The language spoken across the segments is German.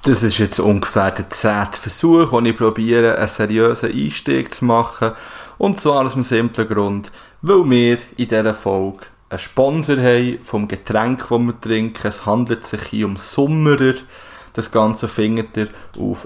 Das ist jetzt ungefähr der 10. Versuch, wo ich probiere, einen seriösen Einstieg zu machen. Und zwar aus dem simplen Grund, weil wir in dieser Folge einen Sponsor haben vom Getränk, das wir trinken. Es handelt sich hier um Summerer. Das Ganze findet ihr auf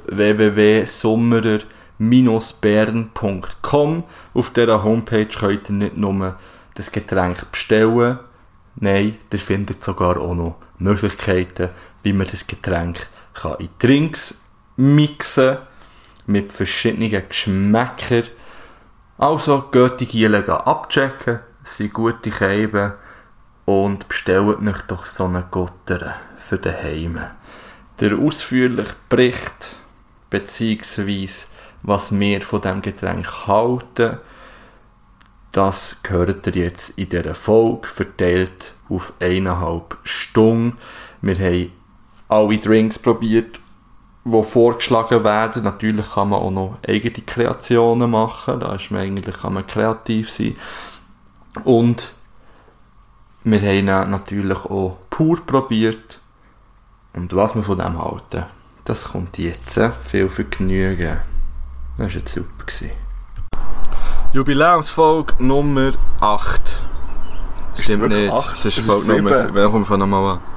www.summerer-bern.com. Auf dieser Homepage könnt ihr nicht nur das Getränk bestellen, nein, ihr findet sogar auch noch Möglichkeiten, wie man das Getränk in Drinks mixen mit verschiedenen Geschmäckern. Also geht die Giele abchecken, es sind gute Scheiben und bestellt euch doch so einen Gotter für daheim. Der ausführliche Bericht bzw. was wir von diesem Getränk halten, das hört ihr jetzt in dieser Folge, verteilt auf 1,5 Stunden. Wir haben alle Drinks probiert, die vorgeschlagen werden. Natürlich kann man auch noch eigene Kreationen machen. Da kann man kreativ sein. Und wir haben natürlich auch pur probiert. Und was wir von dem halten, das kommt jetzt. Viel Vergnügen. Das war jetzt super. Jubiläumsfolge Nummer 8. Stimmt nicht. 8? Das ist Folge Nummer... Dann kommen wir nochmal an.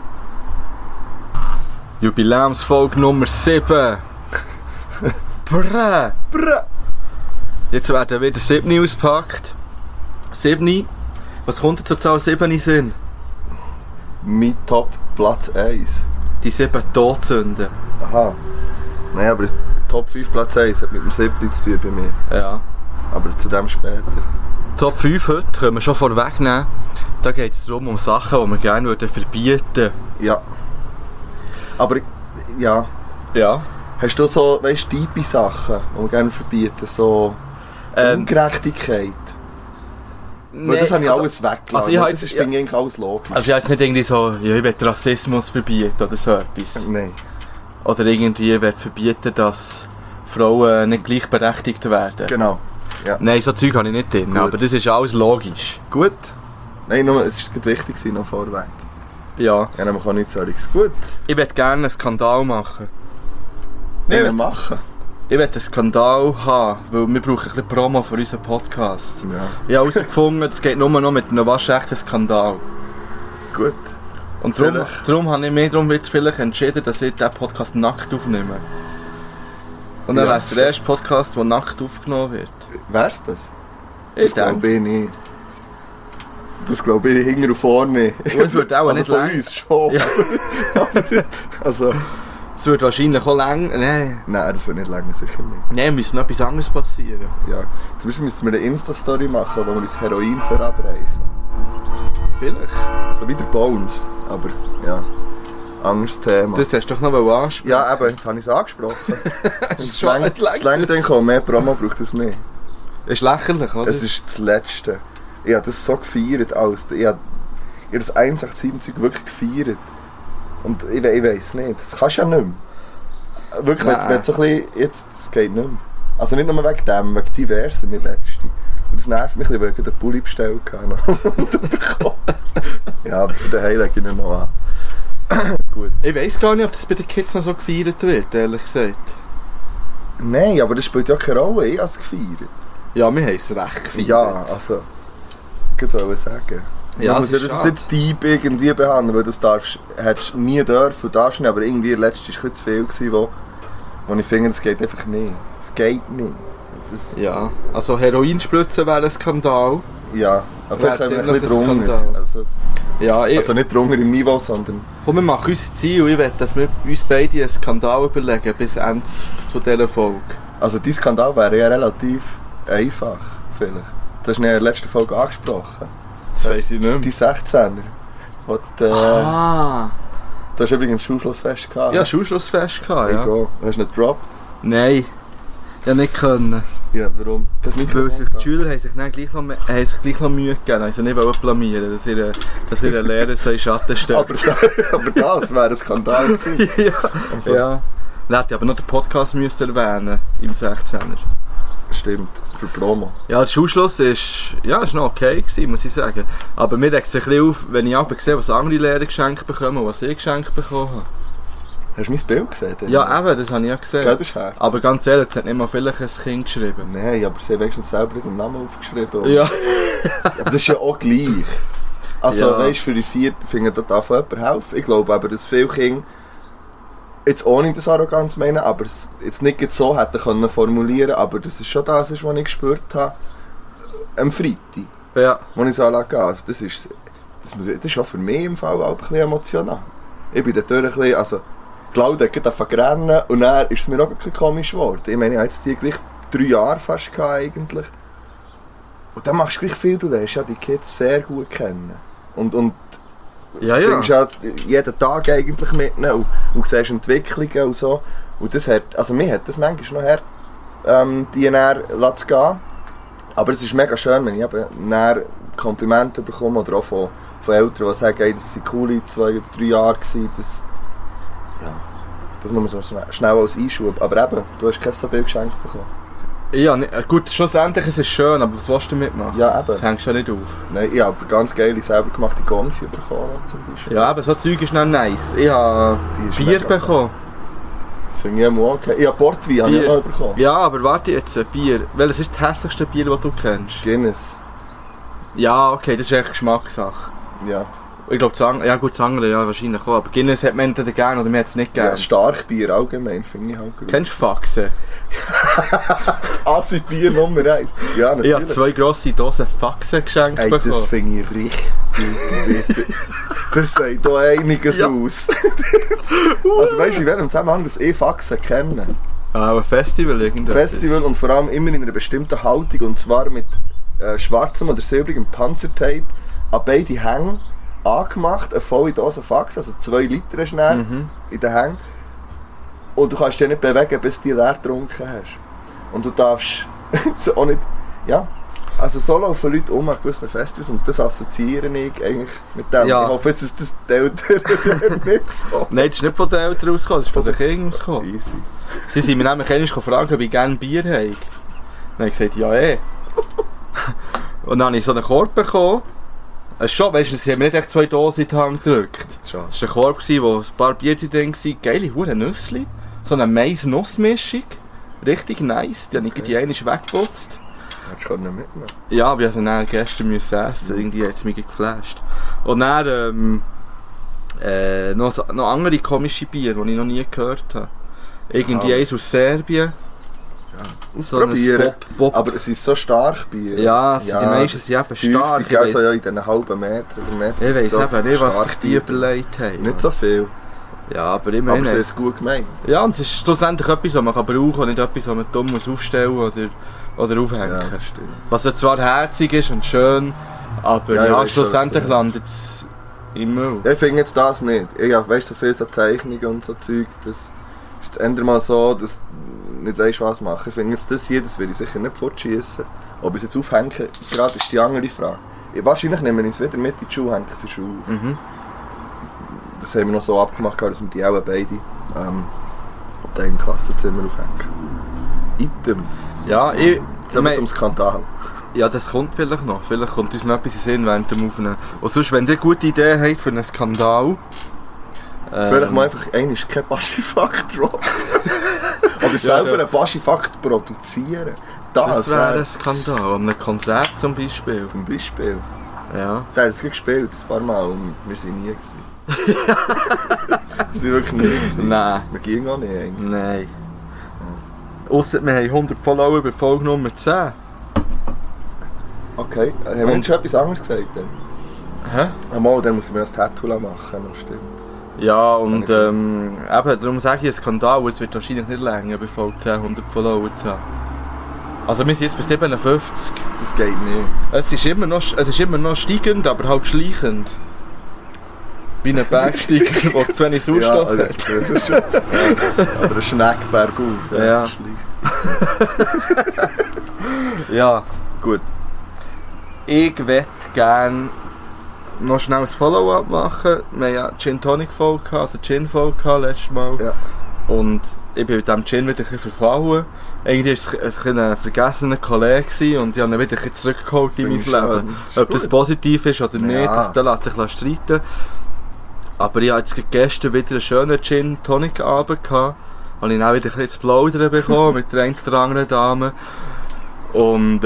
Jubiläumsfolge Nummer 7. Brrr. Jetzt werden wieder 7 ausgepackt. 7. Was kommt zur Zahl 7 in Sinn? Mein Top Platz 1. Die 7 Todsünden. Aha. Nein, aber Top 5 Platz 1 hat mit dem 7 zu tun bei mir. Ja. Aber zu dem später. Top 5 heute können wir schon vorwegnehmen. Da geht es darum, um Sachen, die wir gerne verbieten würden. Ja. Aber, ja. Ja. Hast du so, weißt du, tiefe Sachen, die wir gerne verbieten? So Ungerechtigkeit? Weil das habe ich alles weggelassen. Also das finde ich eigentlich alles logisch. Also ich jetzt nicht irgendwie so, ja, ich will Rassismus verbieten oder so etwas. Nein. Oder irgendwie ich will verbieten, dass Frauen nicht gleichberechtigt werden. Genau. Ja. Nein, so Zeug habe ich nicht drin, aber das ist alles logisch. Gut. Nein, nur, es war wichtig, noch vorweg. Ja. Ja, man kann nichts sagen. Gut. Ich würde gerne einen Skandal machen. Nein, machen. Ich will einen Skandal haben, weil wir brauchen ein bisschen Promo für unseren Podcast. Ja. Ich habe herausgefunden, es geht nur noch mit einem waschechten Skandal. Gut. Und darum habe ich mich vielleicht entschieden, dass ich diesen Podcast nackt aufnehme. Und dann wäre es der erste Podcast, der nackt aufgenommen wird. Wär's das? Das glaube ich nicht. Das glaube ich hinten und vorne. Es wird auch also nicht von lang. uns schon. Ja. Also. Es wird wahrscheinlich auch lang. Nein, das wird nicht länger, sicher nicht. Nein, müsste noch etwas anderes passieren. Ja. Zum Beispiel müssten wir eine Insta-Story machen, wo wir uns Heroin verabreichen. Vielleicht. So wie der Bones. Aber ja. Anderes Thema. Das hast du doch noch ansprechen. Ja, eben, jetzt habe ich es angesprochen. Es längt dann kommen, mehr Promo braucht es nicht. Ist lächerlich, oder? Es ist das Letzte. Ich habe das so gefeiert. Ich habe das 187-Zeug wirklich gefeiert. Und ich weiss nicht, das kannst du ja nicht mehr. Wirklich, wenn so ein bisschen, jetzt, das geht nicht mehr. Also nicht nur wegen dem, wegen diversen, mir letzte. Und das nervt mich ein bisschen, weil ich den Pulli bestellt habe und bekommen. Ja, aber für den Heim lege ich ihn noch an. Gut. Ich weiss gar nicht, ob das bei den Kids noch so gefeiert wird, ehrlich gesagt. Nein, aber das spielt ja keine Rolle, ich habe es gefeiert. Ja, wir haben es recht gefeiert. Ja, also, ich wollte sagen. Ja, man muss das nicht deep irgendwie behandeln, weil das hättest du nie dürfen und darfst nicht, aber irgendwie letztes war es zu viel gewesen, wo ich finde, das geht einfach nicht. Es geht nicht. Das ja, also Heroinspritzen wäre ein Skandal. Ja, aber vielleicht ein bisschen drunter. Also nicht drunter im Niveau, sondern... Komm, wir machen unser Ziel. Ich will, dass wir uns beide einen Skandal überlegen bis Ende von dieser Folge. Also dein Skandal wäre ja relativ einfach, vielleicht. Das hast du in der letzten Folge angesprochen. Das weiss ich nicht mehr. Die 16er. Du hast übrigens Schulschlussfest gehabt. Ja, Schulschlussfest gehabt, ja. Go. Hast du nicht gedroppt? Nein. Ja, nicht können. Ja, warum? Weil die Schüler haben sich gleich noch Mühe gegeben, haben sie nicht blamieren, dass ihr Lehrer so in Schatten steht. aber das wäre ein Skandal gewesen. Ja. Also. Ja. Dann hätte ich aber noch den Podcast erwähnen im 16er. Stimmt, für Promo. Ja, der Schulschluss ist noch okay gewesen, muss ich sagen. Aber mir regt sich ein bisschen auf, wenn ich aber sehe, was andere Lehrer geschenkt bekommen und was ich geschenkt bekommen habe. Hast du mein Bild gesehen? Ja, eben, das habe ich ja gesehen. Ja, das ist hart. Aber ganz ehrlich, es hat nicht mal vielleicht ein Kind geschrieben. Nein, aber sie haben wenigstens selber ihren Namen aufgeschrieben. Ja. Aber das ist ja auch gleich. Also, Ja. weißt du, für die 4 finden da darf jemand helfen. Ich glaube aber, dass viele Kinder, jetzt ohne das Arroganz meinen, aber es jetzt nicht so hätten können formulieren, aber das ist schon das, was ich gespürt habe am Freitag, Ja. als ich so gehen. Also das ist auch für mich im Fall auch ein bisschen emotional. Ich bin dort ein bisschen, also Claudia hat gerade rennen und dann ist es mir auch ein bisschen komisch geworden. Ich meine, ich hatte jetzt die gleich 3 Jahre fast gehabt, eigentlich. Und dann machst du gleich viel, du lernst ja die Kids sehr gut kennen. Und Ja, du ja. bringst ja jeden Tag eigentlich mit ihnen und siehst Entwicklungen und so. Und das hat, also mir hat das manchmal noch her, die näher zu gehen. Aber es ist mega schön, wenn ich eben näher Komplimente bekomme oder auch von Eltern, die sagen, hey, das waren coole 2 oder 3 Jahre gewesen. Das nur so schnell als Einschub. Aber eben, du hast kein so Bild geschenkt bekommen. Ja, gut, schlussendlich ist es schön, aber was willst du damit machen? Ja, eben. Das hängst du ja nicht auf. Nein, ich habe ganz geile, selber gemachte Gonfi bekommen zum Beispiel. Ja, aber so Zeug ist nicht nice. Ich habe Die ist Bier mega bekommen. Das finde ich auch okay. Ich habe Portwein habe ich auch bekommen. Ja, aber warte jetzt, Bier. Welches ist das hässlichste Bier, das du kennst? Guinness. Ja, okay, das ist echt Geschmackssache. Ja. Ich glaube, ja gut, das andere ja wahrscheinlich auch. Aber Guinness hat man entweder gerne oder man hat es nicht gerne. Ja, Starkbier allgemein finde ich halt gut. Kennst du Faxen? Das Assi-Bier Nummer 1. Ja, natürlich. Ich habe 2 grosse Dosen Faxen geschenkt Ey, bekommen. das finde ich richtig bitter. Das sagt hier einiges Ja. aus. Also weißt du, in welchem Zusammenhang das Faxen kennen? Ah, ein Festival irgendetwas. Festival und vor allem immer in einer bestimmten Haltung und zwar mit schwarzem oder silbrigem Panzertape an beide Hänge angemacht, eine volle Dose Fax, also 2 Liter hast du dann in den Hängen. Und du kannst dich nicht bewegen, bis du die leer getrunken hast. Und du darfst so auch nicht, ja, also so laufen Leute an gewissen Festivals und das assoziiere ich eigentlich mit dem. Ja. Ich hoffe jetzt, dass das die Eltern nicht so. Nein, das ist nicht von den Eltern rausgekommen, das ist von den Kindern rausgekommen. Easy. Sie sind mir nämlich einmal gefragt, ob ich gerne Bier habe. Dann habe ich gesagt, ja Und dann habe ich so einen Korb bekommen. Schon, weißt du, sie haben mir nicht echt 2 Dosen in die Hand gedrückt. Schade. Das war ein Korb, wo ein paar Bier drin waren. Geile hure Nüssli. So eine Mais-Nuss-Mischung. Richtig nice. Die habe ich die einmal weggeputzt. Hättest du nicht mitnehmen. Ja, aber ich musste dann gestern essen. Irgendwie hat es mich geflasht. Und dann noch andere komische Bier, die ich noch nie gehört habe. Irgendwie eins aus Serbien. Ausprobieren. Bob. Aber es ist so stark Bier. Ja, die meisten sind eben stark. Häufig, also ja in diesen halben Meter oder Meter. Ich weiss so eben nicht, was sich stark die Bier. überlegt haben. Nicht so viel. Ja, aber immerhin. Aber sie haben es gut gemeint. Ja, und es ist schlussendlich etwas, was man brauchen kann, und nicht etwas, was man dumm muss aufstellen oder aufhängen. Ja, das stimmt. Was ja zwar herzig ist und schön, aber Ja, ich ja, weiss schon, schlussendlich was du landet es im Müll. Ich finde jetzt das nicht. Ich habe so viele so Zeichnungen und so Zeug, das ist jetzt endlich mal so, dass du nicht weißt, was machen. Ich finde jetzt das hier, das will ich sicher nicht fortschießen. Ob ich es jetzt aufhänge, gerade ist die andere Frage. Wahrscheinlich nehmen wir es wieder mit in die Schuhe, hängen sie Schuhe auf. Mhm. Das haben wir noch so abgemacht, dass wir die auch beide dann im Klassenzimmer aufhängen. Item. Ja, ich Jetzt zum Skandal. ja, das kommt vielleicht noch. Vielleicht kommt uns noch etwas in den Sinn während dem Aufnehmen. Und sonst, wenn ihr eine gute Idee habt für einen Skandal... Vielleicht mal einfach einmal kein Baschifakt droppen. Oder selber einen Baschifakt produzieren. Das wäre ein Skandal. An einem Konzert zum Beispiel. Zum Beispiel. Ja. Der hat es gespielt, ein paar Mal, und wir waren nie. Wir sind wirklich nie. Gewesen. Nein. Wir gingen auch nicht eigentlich. Nein. Ausser wir haben 100 Follower bei Folge Nummer 10. Okay, haben wir uns schon etwas anderes gesagt dann? Hä? Einmal, dann muss ich mir das Tattoo machen, das stimmt. Ja, und eben, darum sage ich, ein Skandal, es wird wahrscheinlich nicht länger, bei Folge 10 100 Follower zu haben. Also wir sind jetzt bei 57. Das geht nicht. Es ist immer noch steigend, aber halt schleichend. Wie ein Bergsteiger, der zu wenig Sauerstoff also, hat. das ist schon, aber ein Schneck bergauf. Ja. Ja, Gut. ich möchte gerne noch schnell ein Follow-up machen. Wir haben ja Gin Tonic Folge gehabt, also Gin Folge gehabt letztes Mal. Ja. Und ich bin mit dem Gin wieder ein bisschen verfallen. Irgendwie war es ein vergessener Kollege und ich habe ihn wieder ein bisschen zurückgeholt in mein Finde ich Leben. schön. Ob das positiv ist oder nicht, Ja. da lässt sich streiten. Aber ich hatte jetzt gestern wieder einen schönen Gin-Tonic-Abend gehabt. Habe ich auch wieder ein bisschen zu plaudern bekommen mit der einen oder anderen Dame. Und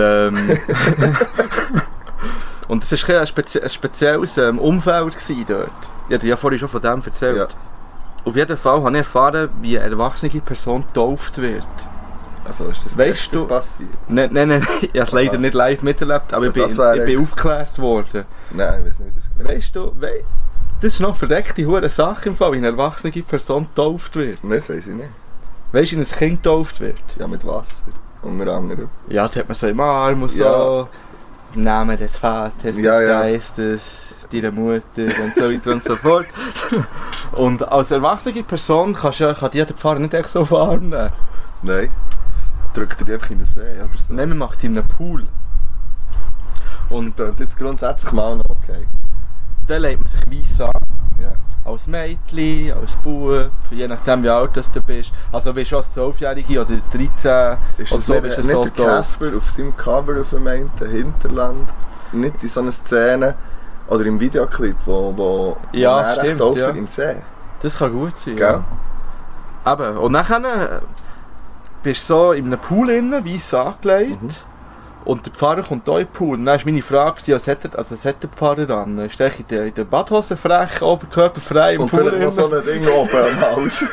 und es war ein spezielles Umfeld dort. Ich hatte ja vorhin schon von dem erzählt. Ja. Auf jeden Fall habe ich erfahren, wie eine erwachsene Person getauft wird. Also ist das weißt passiert? Nein, ich habe es leider nicht live miterlebt, aber ich bin aufgeklärt worden. Nein, ich weiß nicht, wie das geht. Weißt du, das ist noch eine verdeckte hure Sache im Fall, wie eine erwachsene Person getauft wird. Nein, das weiß ich nicht. Weißt du, wie ein Kind getauft wird? Ja, mit Wasser, unter anderem. Ja, da hat man so im Arm und so. Im Namen des Vaters, des Geistes, deiner Mutter und so weiter und so fort. Und als erwachsene Person kann die der Pfarrer nicht echt so auf den Arm nehmen. Nein. Drückt er die einfach in den See oder so? Nein, man macht in einem Pool. Und jetzt grundsätzlich mal noch okay. Dann legt man sich weiss an. Ja. Als Mädchen, als Bub, je nachdem wie alt du bist. Also wie schon als 12-Jährige oder 13. Ist das so, nicht so der Casper auf seinem Cover auf dem Hinterland? Nicht in so einer Szene oder im Videoclip, wo er stimmt, tauft im See? Das kann gut sein. Gell? Ja. Eben. Und dann bist du so in einem Pool innen, weiss angelegt. Und der Pfarrer kommt hier in den Pool. Und dann war meine Frage, was hat der Pfarrer an? Ist der in der Badhose frech, oberkörperfrei im und Pool? Und vielleicht noch so ein Ding oben am Haus.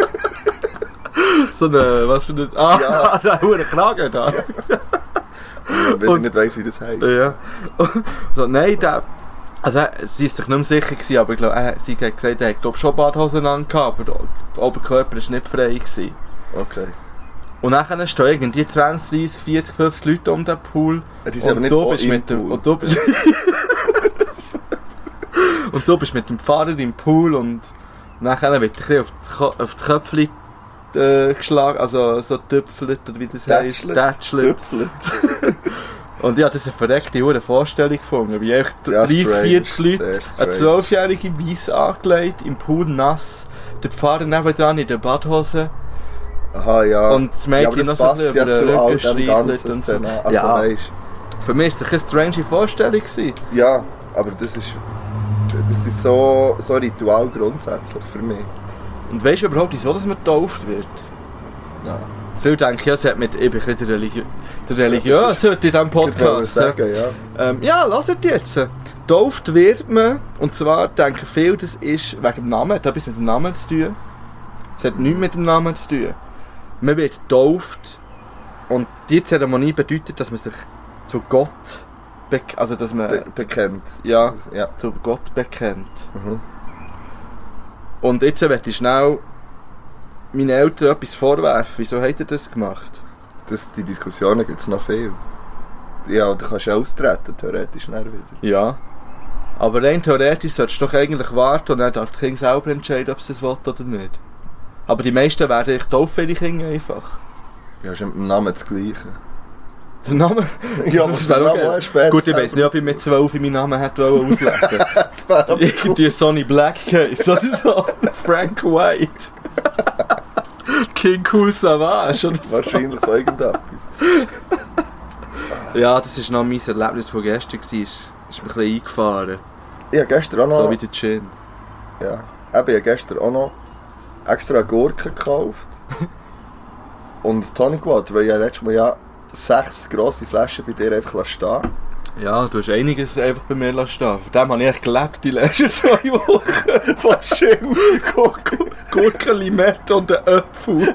So eine, was für ein... Ah, der hohe Kragen da. Ja. Wenn ich nicht weiss, wie das heisst. Ja. So, nein, also sie war sich nicht mehr sicher gewesen, aber ich glaube, sie hat gesagt, er hat schon Badhosen angehabt, aber der Oberkörper war nicht frei gewesen. Okay. Und dann stehen irgendwie 20, 30, 40, 50 Leute um den Pool. Ja, die sind aber nicht und du bist mit dem Pfarrer im Pool und dann wird ein bisschen auf das Köpfchen geschlagen, also so tüpfelt oder wie das heisst. Tätschelt. Und ich habe das eine verreckte Vorstellung gefunden, wie 30, 40 Leute, eine 12-jährige weiss angelegt, im Pool nass, der Pfarrer nebenan in der Badhose. Aha, ja. Und das Mädchen noch so ein bisschen über den Rücken schreiselt und so. Also, ja. Weißt, für mich war das eine strange Vorstellung. Ja, aber das ist so Ritual grundsätzlich für mich. Und weißt du überhaupt, wieso dass man getauft wird? Ja. Viele denken, ja, es hat mit ich bin ein bisschen der Religiös heute in diesem Podcast. Sagen, ja, hört jetzt. Getauft wird man, und zwar denken viele, das ist wegen dem Namen, hat etwas mit dem Namen zu tun. Es hat nichts mit dem Namen zu tun. Man wird getauft und die Zeremonie bedeutet, dass man sich zu Gott bekennt. Ja, zu Gott bekennt. Und jetzt möchte ich schnell meinen Eltern etwas vorwerfen. Wieso hat er das gemacht? Die Diskussionen gibt es noch viel. Ja, da kannst du austreten, theoretisch nicht wieder. Ja. Aber rein theoretisch solltest du doch eigentlich warten und dann darf das Kind selber entscheiden, ob es das will oder nicht. Aber die meisten werden taufen ihre Kinder einfach. Ja, ist mit dem Namen das Gleiche. Der Name? Ja, aber der Name später. Gut, ich weiss nicht, ob ich mit 12 meinen Namen hätte auslesen. Irgendwie Sonny Blackcase oder so. Frank White. King Cool Savage oder so. Wahrscheinlich so irgendetwas. Ja, das war noch mein Erlebnis von gestern. Ist mir ein bisschen eingefahren. Ich habe gestern auch noch... So wie der Gin. Ja, ich habe gestern auch noch extra Gurken gekauft. Und Tonic Water, weil ich letztes Mal 6 grosse Flaschen bei dir einfach stehen. Ja, du hast einiges einfach bei mir stehen. Von dem habe ich gelebt die letzten 2 Wochen. Von Gin, Gurken, Limette und den Äpfel.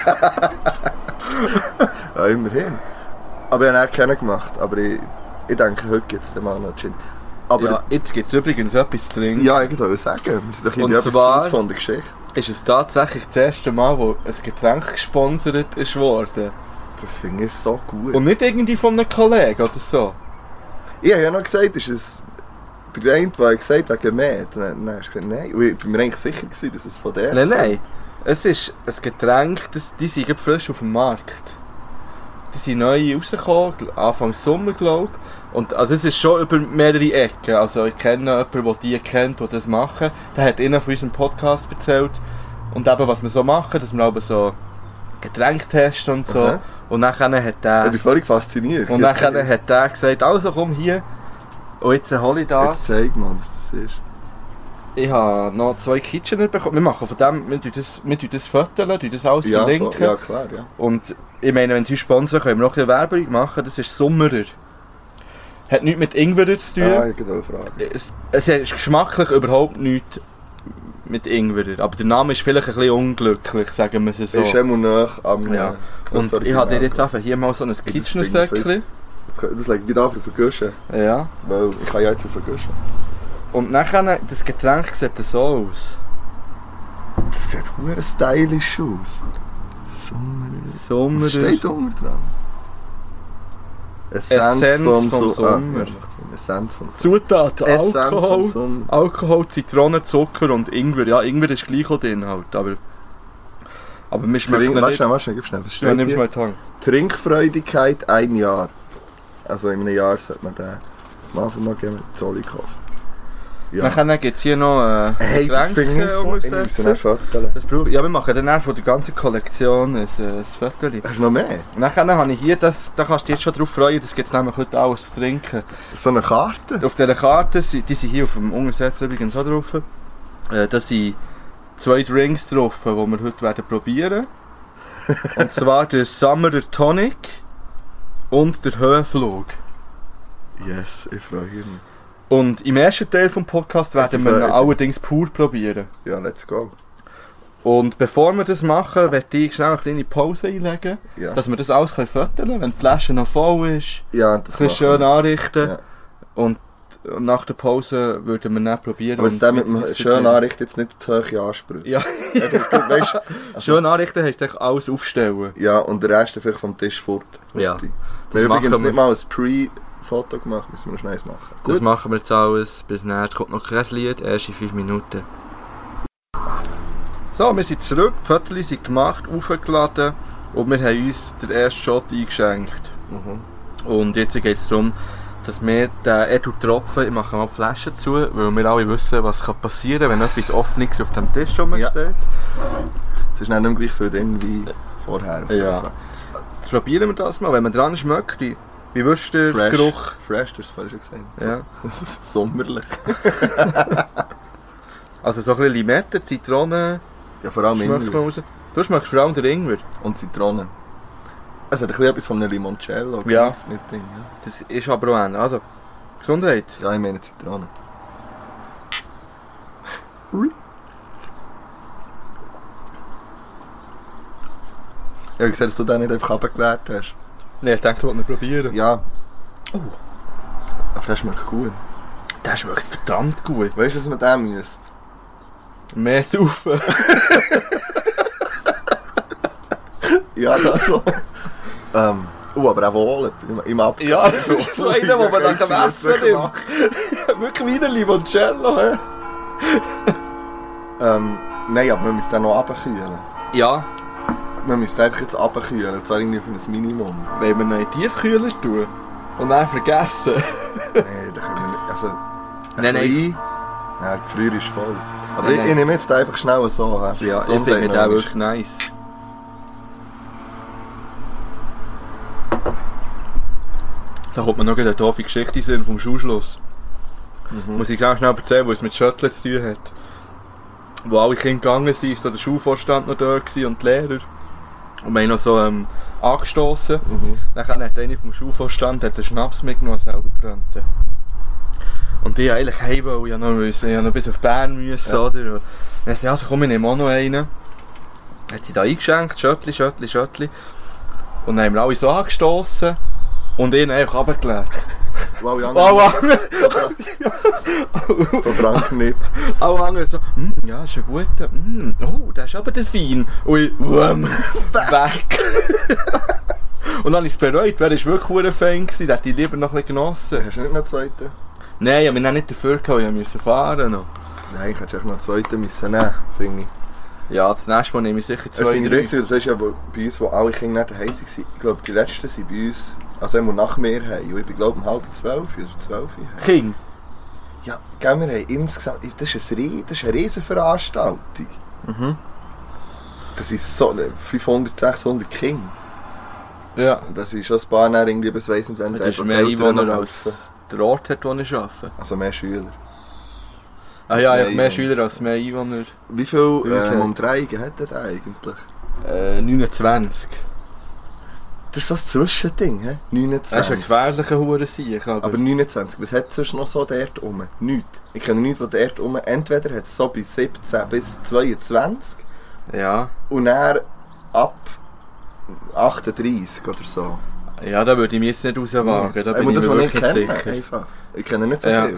Ja, immerhin. Aber ich habe auch keinen gemacht. Aber ich denke, heute gibt es den mal noch Gin. Aber ja, jetzt gibt es übrigens etwas zu trinken. Ja, ich wollte sagen. Wir sind doch irgendwie etwas von der Geschichte. Ist es tatsächlich das erste Mal, wo ein Getränk gesponsert ist worden. Das finde ich so gut. Und nicht irgendwie von einem Kollegen oder so. Ich habe ja noch gesagt, ist es der eine, der gesagt hat, wegen mehr. Dann hast du gesagt, nein. Und ich war mir eigentlich sicher, dass es von der ist. Nein. Es ist ein Getränk, die sind frisch auf dem Markt. Die sind neu rausgekommen, Anfang Sommer, glaube ich. Und also es ist schon über mehrere Ecken. Also ich kenne jemanden, der die kennt, der das machen. Der hat ihnen von unserem Podcast erzählt. Und eben, was wir so machen, dass wir aber so Getränke testen und so. Aha. Und dann hat der... Ich bin völlig fasziniert. Und dann hat der gesagt, also komm hier. Und jetzt hole ich das. Jetzt zeig mal, was das ist. Ich habe noch 2 Kitchener bekommen. Wir machen von dem, wir tun das fotografieren, tun das alles verlinken. Ja, klar, ja. Und ich meine, wenn sie sponsern, können wir noch ein bisschen Werbung machen. Das ist Sommerer. Hat nichts mit Ingwer zu tun. Ja, ich habe Frage. Es ist geschmacklich überhaupt nichts mit Ingwer. Aber der Name ist vielleicht ein bisschen unglücklich, sagen wir es so. Ist immer nach am... Ja. Und ich habe dir jetzt einfach hier mal so ein Kitchener-Säckchen. Das lege ich wieder auf verguschen. Ja. Weil ich kann ja jetzt auf verguschen. Und nachher, das Getränk sieht so aus. Das sieht verdammt stylisch aus. Sommer. Was steht unten dran? Essenz vom Sommer. Essenz vom Sommer. Zutaten, Alkohol, Alkohol, Zitrone, Zucker und Ingwer. Ja, Ingwer ist gleich auch drin halt, aber wir schmecken nicht. Warte, gib schnell. Ja, nimmst mal die Hand. Trinkfreudigkeit 1 Jahr. Also in einem Jahr sollte man den am Anfang mal geben, Zolli kaufen. Ja. Dann gibt es hier noch hey, das finde ich so. Ich muss ein Foto. Ja, wir machen dann von der ganzen Kollektion ein Foto. Hast du noch mehr? Dann habe ich hier, da kannst du dich jetzt schon drauf freuen, das gibt es nämlich heute alles zu trinken. So eine Karte? Auf dieser Karte, die sind hier auf dem Untersetzer übrigens auch drauf. Da sind 2 Drinks drauf, die wir heute werden probieren. Und zwar der Summerer Tonic und der Höhenflug. Yes, ich freue mich. Und im ersten Teil des Podcasts werden wir ihn allerdings pur probieren. Ja, let's go. Und bevor wir das machen, werde ich schnell eine kleine Pause einlegen, dass wir das alles fotografieren können, wenn die Flasche noch voll ist. Ja, das ein bisschen schön anrichten. Ja. Und nach der Pause würden wir dann probieren. Aber jetzt mit dem schön anrichten jetzt nicht zu hohe Ansprüche. Ja. Weißt, also, schön anrichten heisst eigentlich alles aufstellen. Ja, und der Rest vielleicht vom Tisch fort. Ja. Wir haben übrigens nicht mal ein Pre-Foto gemacht, müssen wir noch schnell machen. Das machen wir jetzt alles. Bis näher kommt noch kein Lied, erst in 5 Minuten. So, wir sind zurück, die Fotos sind gemacht, aufgeladen und wir haben uns den ersten Shot eingeschenkt. Und jetzt geht es darum, dass wir den Edu-Tropfen, ich mache mal die Flasche zu, weil wir alle wissen, was passieren kann, wenn etwas Offenes auf dem Tisch steht. Es ist nicht mehr gleich viel drin wie vorher. Ja. Jetzt probieren wir das mal, wenn man dran schmeckt. Wie wirst du den Geruch? Fresh, du hast es vorhin schon gesagt. Ja. Das ist sommerlich. Also so ein bisschen Limette, Zitrone. Ja, vor allem Ingwer. Du schmeckst vor allem den Ingwer. Und Zitrone. Es hat ein bisschen etwas von einem Limoncello. Ja. Mit Ding, ja. Das ist aber auch ein. Also, Gesundheit. Ja, ich meine Zitrone. Ja, ich sehe, dass du den nicht einfach runtergeleert hast. Nein, ich denke, du wolltest ihn probieren. Ja. Oh. Aber der schmeckt gut. Der schmeckt verdammt gut. Weißt du, was man dem müsst? Mehr saufen. Ja, das so. Aber auch wohl im Abgang. Ja, das ist so einer, den man nach dem Essen nimmt. Wirklich wie ein Limoncello. Nein, aber man müsste den noch runterkühlen. Ja. Man müsste einfach jetzt runterkühlen, und zwar irgendwie für ein Minimum. Wollen wir noch in den Tiefkühler tun? Und dann vergessen? Nein, da können wir nicht. Also, nein. Ja, die Früher ist voll. Aber ich nehme jetzt einfach schnell so. Ja, ich finde den auch wirklich nice. Da kommt mir noch eine doofe Geschichte vom Schulschluss. Muss ich schnell erzählen, was es mit Schötteln zu tun hat. Wo alle Kinder gegangen sind, war so der Schulvorstand noch da und die Lehrer. Und wir haben noch so angestossen. Dann hat einer vom Schulvorstand einen Schnaps mitgenommen, selber gebrannt. Und ich eigentlich heim, weil ich noch bis auf Bern müssen. Ja. Oder? Und dann sagte also komm, ich nehme auch noch einen. Hat sie da eingeschenkt, Schöttli. Und dann haben wir alle so angestossen und ihn einfach runtergelegt. Wow, so dran knipp. Alle anderen so, ja, ist ein guter. Oh, der ist aber der Fein. Und ich, weg. Und dann habe ich es bereut, wer war wirklich ein Fan gewesen, der hätte ich lieber noch ein bisschen genossen. Hast du nicht noch einen zweiten? Nein, ich musste nicht dafür gehabt, ich musste fahren noch. Nein, ich hätte noch einen zweiten müssen nehmen, finde ich. Ja, das nächste Mal nehme ich sicher 2, 3. Das ist ja bei uns, wo alle Kinder nicht daheim waren. Ich glaube, die letzten sind bei uns, also immer nach mir heim. Und ich bin, glaube ich, um 11:30 oder 12 heim. King? Ja, gell, wir haben insgesamt, das ist eine Riesenveranstaltung. Das ist so 500, 600 Kinder. Ja. Und das ist schon ein paar Jahre irgendwie, bis weiss nicht, wenn das ist mehr Einwohner als der Ort hat, wo ich arbeite. Also mehr Schüler. Ah ja, ich mehr Schüler als mehr Einwohner. Wie viele Umdrehungen hat er eigentlich? 29. Das ist so ein Zwischending, he? 29. Das ist ein gefährlicher Hurensieg. Aber 29, was hat es sonst noch so dort rum? Nichts. Ich kenne nichts von dort rum. Entweder hat es so bis 17 bis 22. Ja. Und dann ab 38 oder so. Ja, da würde ich mich jetzt nicht rauswagen. Da bin ich mir wirklich nicht sicher. Einfach. Ich kenne nicht so viel.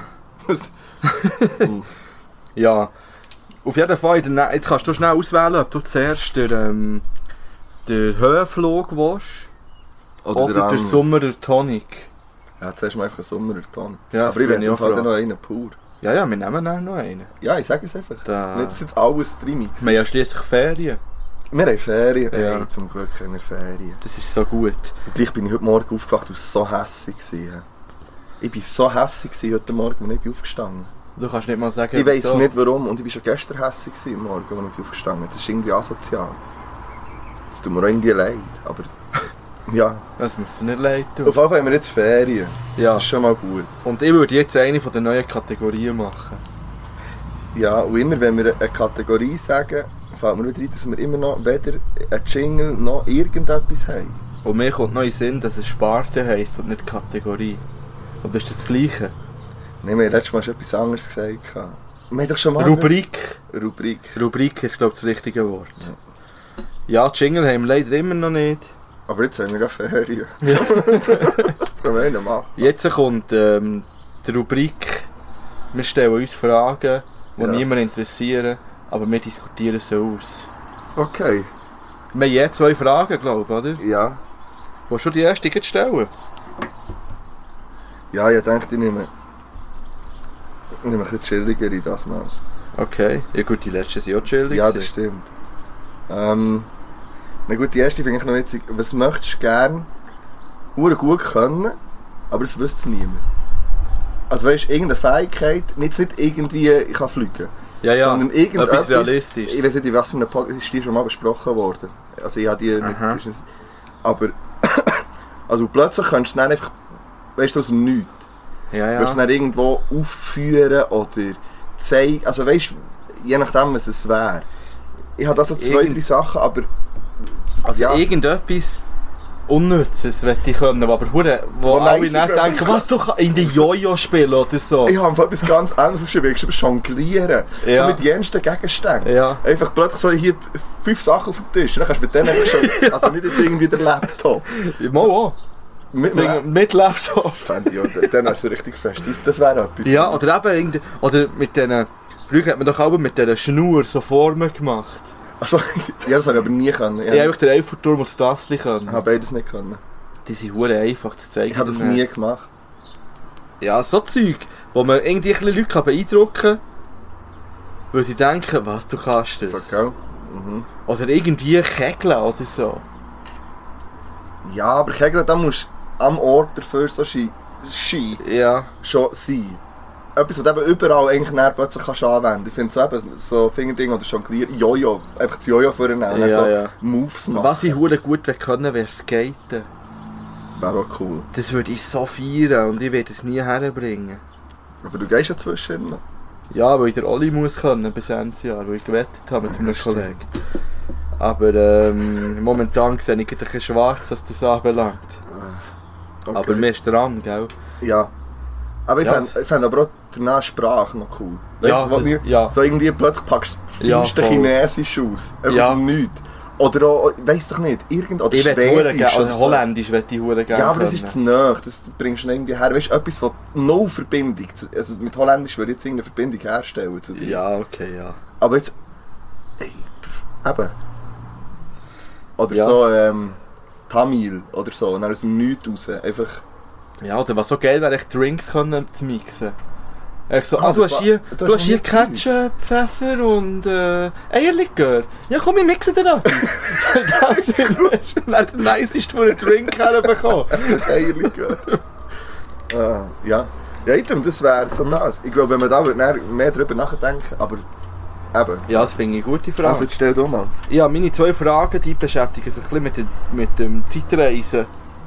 Ja. Auf jeden Fall, jetzt kannst du schnell auswählen, ob du zuerst den Höhenflug willst oder den Sommer der Tonic. Ja, zuerst mal einfach einen Sommer der Tonic. Ja, aber ich werde im Fall dann noch einen pur. Ja, wir nehmen dann noch einen. Ja, ich sage es einfach. Jetzt alles drin. Wir haben ja schliesslich Ferien. Wir haben Ferien. Ja. Hey, zum Glück haben wir Ferien. Das ist so gut. Und gleich bin ich heute Morgen aufgewacht und so hässig war. Ich war so hässig heute Morgen, als ich aufgestanden bin. Du kannst nicht mal sagen, ich weiss nicht warum und ich war schon gestern hässig am Morgen, als ich aufgestanden bin. Das ist irgendwie asozial. Das tut mir auch irgendwie leid, aber ja. Das muss dir nicht leid tun. Auf jeden Fall haben wir jetzt Ferien. Ja. Das ist schon mal gut. Und ich würde jetzt eine von den neuen Kategorien machen. Ja, und immer wenn wir eine Kategorie sagen, fällt mir wieder ein, dass wir immer noch weder einen Jingle noch irgendetwas haben. Und mir kommt noch in den Sinn, dass es Sparte heisst und nicht Kategorie. Oder ist das Gleiche? Nein, wir haben letztes Mal schon etwas anderes gesagt. Wir haben doch schon mal... Rubrik. Rubrik ist, glaube ich, das richtige Wort. Ja, Jingle haben wir leider immer noch nicht. Aber jetzt haben wir ja Ferien. Ja. Das können wir machen. Jetzt kommt die Rubrik. Wir stellen uns Fragen, die niemanden interessieren, aber wir diskutieren sie aus. Okay. Wir haben je 2 Fragen, glaube ich, oder? Ja. Willst du die erste jetzt stellen? Ja, ich denke, ich nehme ein bisschen chilliger in das Mal. Okay. Ja gut, die letzten sind auch chillig. Ja, das stimmt. Na gut, die erste finde ich noch witzig. Was möchtest du gerne gut können, aber es wüsste niemand? Also weißt du, irgendeine Fähigkeit, nicht irgendwie, ich kann fliegen. Ja, sondern irgendetwas realistisch. Ich weiß nicht, in was für einem Podcast ist die schon mal besprochen worden. Also ich habe die nicht... Aber... also plötzlich könntest du dann einfach... Weißt du, aus dem Nichts. Ja. Würdest du dann irgendwo aufführen oder zeigen... Also weißt du, je nachdem was es wäre. Ich habe also 2-3 Sachen, aber... Also irgendetwas Unnützes möchte ich können, aber wo alle nicht denken, was du in die Jojo spielen oder so. Ich habe etwas ganz anderes geschrieben, ich habe jonglieren. Ja. So mit jensten Gegenständen. Ja. Einfach plötzlich so hier 5 Sachen auf dem Tisch. Dann kannst du mit denen schon... Also nicht jetzt irgendwie der Laptop. Mal auch. Mit Laptop. Das fände ich auch. Dann hast du richtig fest. Das wäre etwas. Ja, oder eben oder mit diesen... Früher hat man doch auch mit dieser Schnur so Formen gemacht. Also, ja, das habe ich aber nie können. Ich habe einfach den Eiffelturm und das Tassli können. Ich habe beides nicht können. Die sind verdammt einfach zu zeigen. Ich habe das nie gemacht. Ja, so Zeug, wo man irgendwie ein bisschen Leute beeindrucken kann, weil sie denken, was, du kannst das. Okay. Oder irgendwie kegeln oder so. Ja, aber kegeln, da musst du am Ort dafür so Ski schon sein. Etwas, was du eben überall eigentlich plötzlich kannst anwenden. Ich finde so eben so Fingerding oder Jonglieren, Jojo, einfach das Jojo vornehmen, ja, so ja. Moves machen. Was ich verdammt gut können, wäre Skaten. Wäre auch cool. Das würde ich so feiern und ich werde es nie herbringen. Aber du gehst ja zwischen. Ja, weil ich der Olli muss können bis Ende Jahr, weil ich gewettet habe mit einem Kollegen. Aber momentan sehe ich ein bisschen schwarz, was das anbelangt. Okay. Aber mir ist dran, gell? Ja. Aber ich fände aber auch danach Sprache noch cool. Weißt, ja, so irgendwie plötzlich packst du das feinste Chinesisch aus. Aus dem Nichts. Oder auch, weiss doch nicht, oder ich Schwedisch oder so. Holländisch möchte ich verdammt gerne. Ja, aber das ist zu nahe, das bringst du irgendwie her. Weißt du, etwas von no Verbindung. Also mit Holländisch würde ich jetzt irgendeine Verbindung herstellen zu dir. Ja, okay, ja. Aber jetzt... eben. Oder so Tamil oder so, und dann aus dem Nichts raus. Einfach... Ja, oder was so geil wäre, Drinks können zu mixen. So, du hast hier Ketchup, Pfeffer und Eierlikör. Ja komm, ich mixe dir das. Das ist der niceste, den einen Drink herbekommen. Eierlikör. Ja, das wäre so das. Ich glaube, wenn man da mehr darüber nachdenken, aber eben. Ja, das finde ich eine gute Frage. Also jetzt stell du mal. Ja, meine 2 Fragen, die beschäftigen sich ein bisschen mit dem Zeitreisen.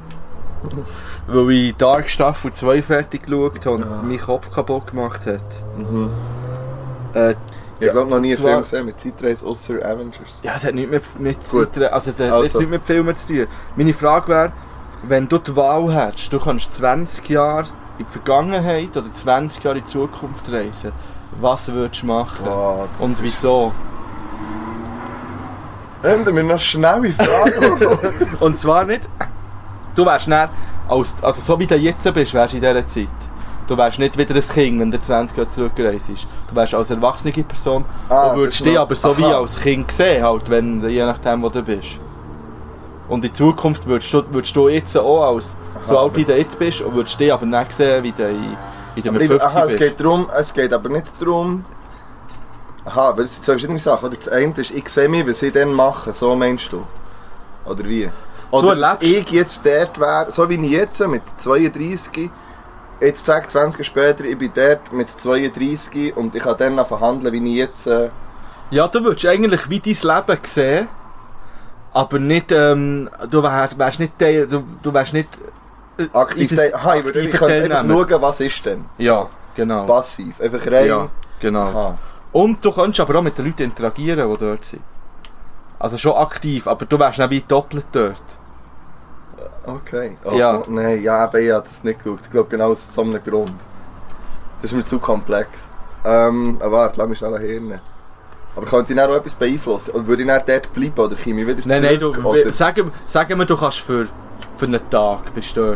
Weil ich Dark Staffel 2 fertig geschaut habe und meinen Kopf kaputt gemacht hat. Ich glaube noch nie einen Film gesehen mit Zeitreise außer Avengers. Ja, es hat nichts mit Zeitreise, also es hat nichts mit Filmen zu tun. Meine Frage wäre, wenn du die Wahl hättest, du kannst 20 Jahre in die Vergangenheit oder 20 Jahre in die Zukunft reisen, was würdest du machen? Oh, und wieso? Haben wir noch schnelle Fragen? Und zwar nicht, du wärst nicht, also so wie du jetzt bist, wärst du in dieser Zeit. Du wärst nicht wieder ein Kind, wenn du 20 Jahre zurückgereist bist. Du wärst als erwachsene Person und würdest dich aber so wie als Kind sehen, halt, wenn, je nachdem wo du bist. Und in Zukunft würdest du jetzt auch als so alt wie du jetzt bist und würdest dich aber nicht sehen, wie du in dem 50 bist. Es geht aber nicht darum... Aha, weil es sind zwei verschiedene Sachen. Oder das eine ist, ich sehe mich, was ich dann mache, so meinst du? Oder wie? Oder dass ich jetzt dort wäre, so wie ich jetzt mit 32, jetzt sage 20 Jahre später, ich bin dort mit 32 und ich kann dann noch verhandeln, wie ich jetzt... Ja, du würdest eigentlich wie dein Leben sehen, aber nicht, du wärst nicht Teil, du wärst nicht... aktiv Teil, ich könnte einfach schauen, was ist denn. So. Ja, genau. Passiv, einfach rein. Ja, genau. Aha. Und du könntest aber auch mit den Leuten interagieren, die dort sind. Also schon aktiv, aber du wärst nicht wie doppelt dort. Okay. Oh, ja. Nein, ja, aber ich habe das nicht geschaut. Ich glaube genau aus so einem Grund. Das ist mir zu komplex. Warte, lass mich schnell hirnen. Aber könnte ich dann auch etwas beeinflussen? Oder würde ich dann dort bleiben oder komme ich wieder zurück? Nein, sagen wir, du kannst für einen Tag bist dort.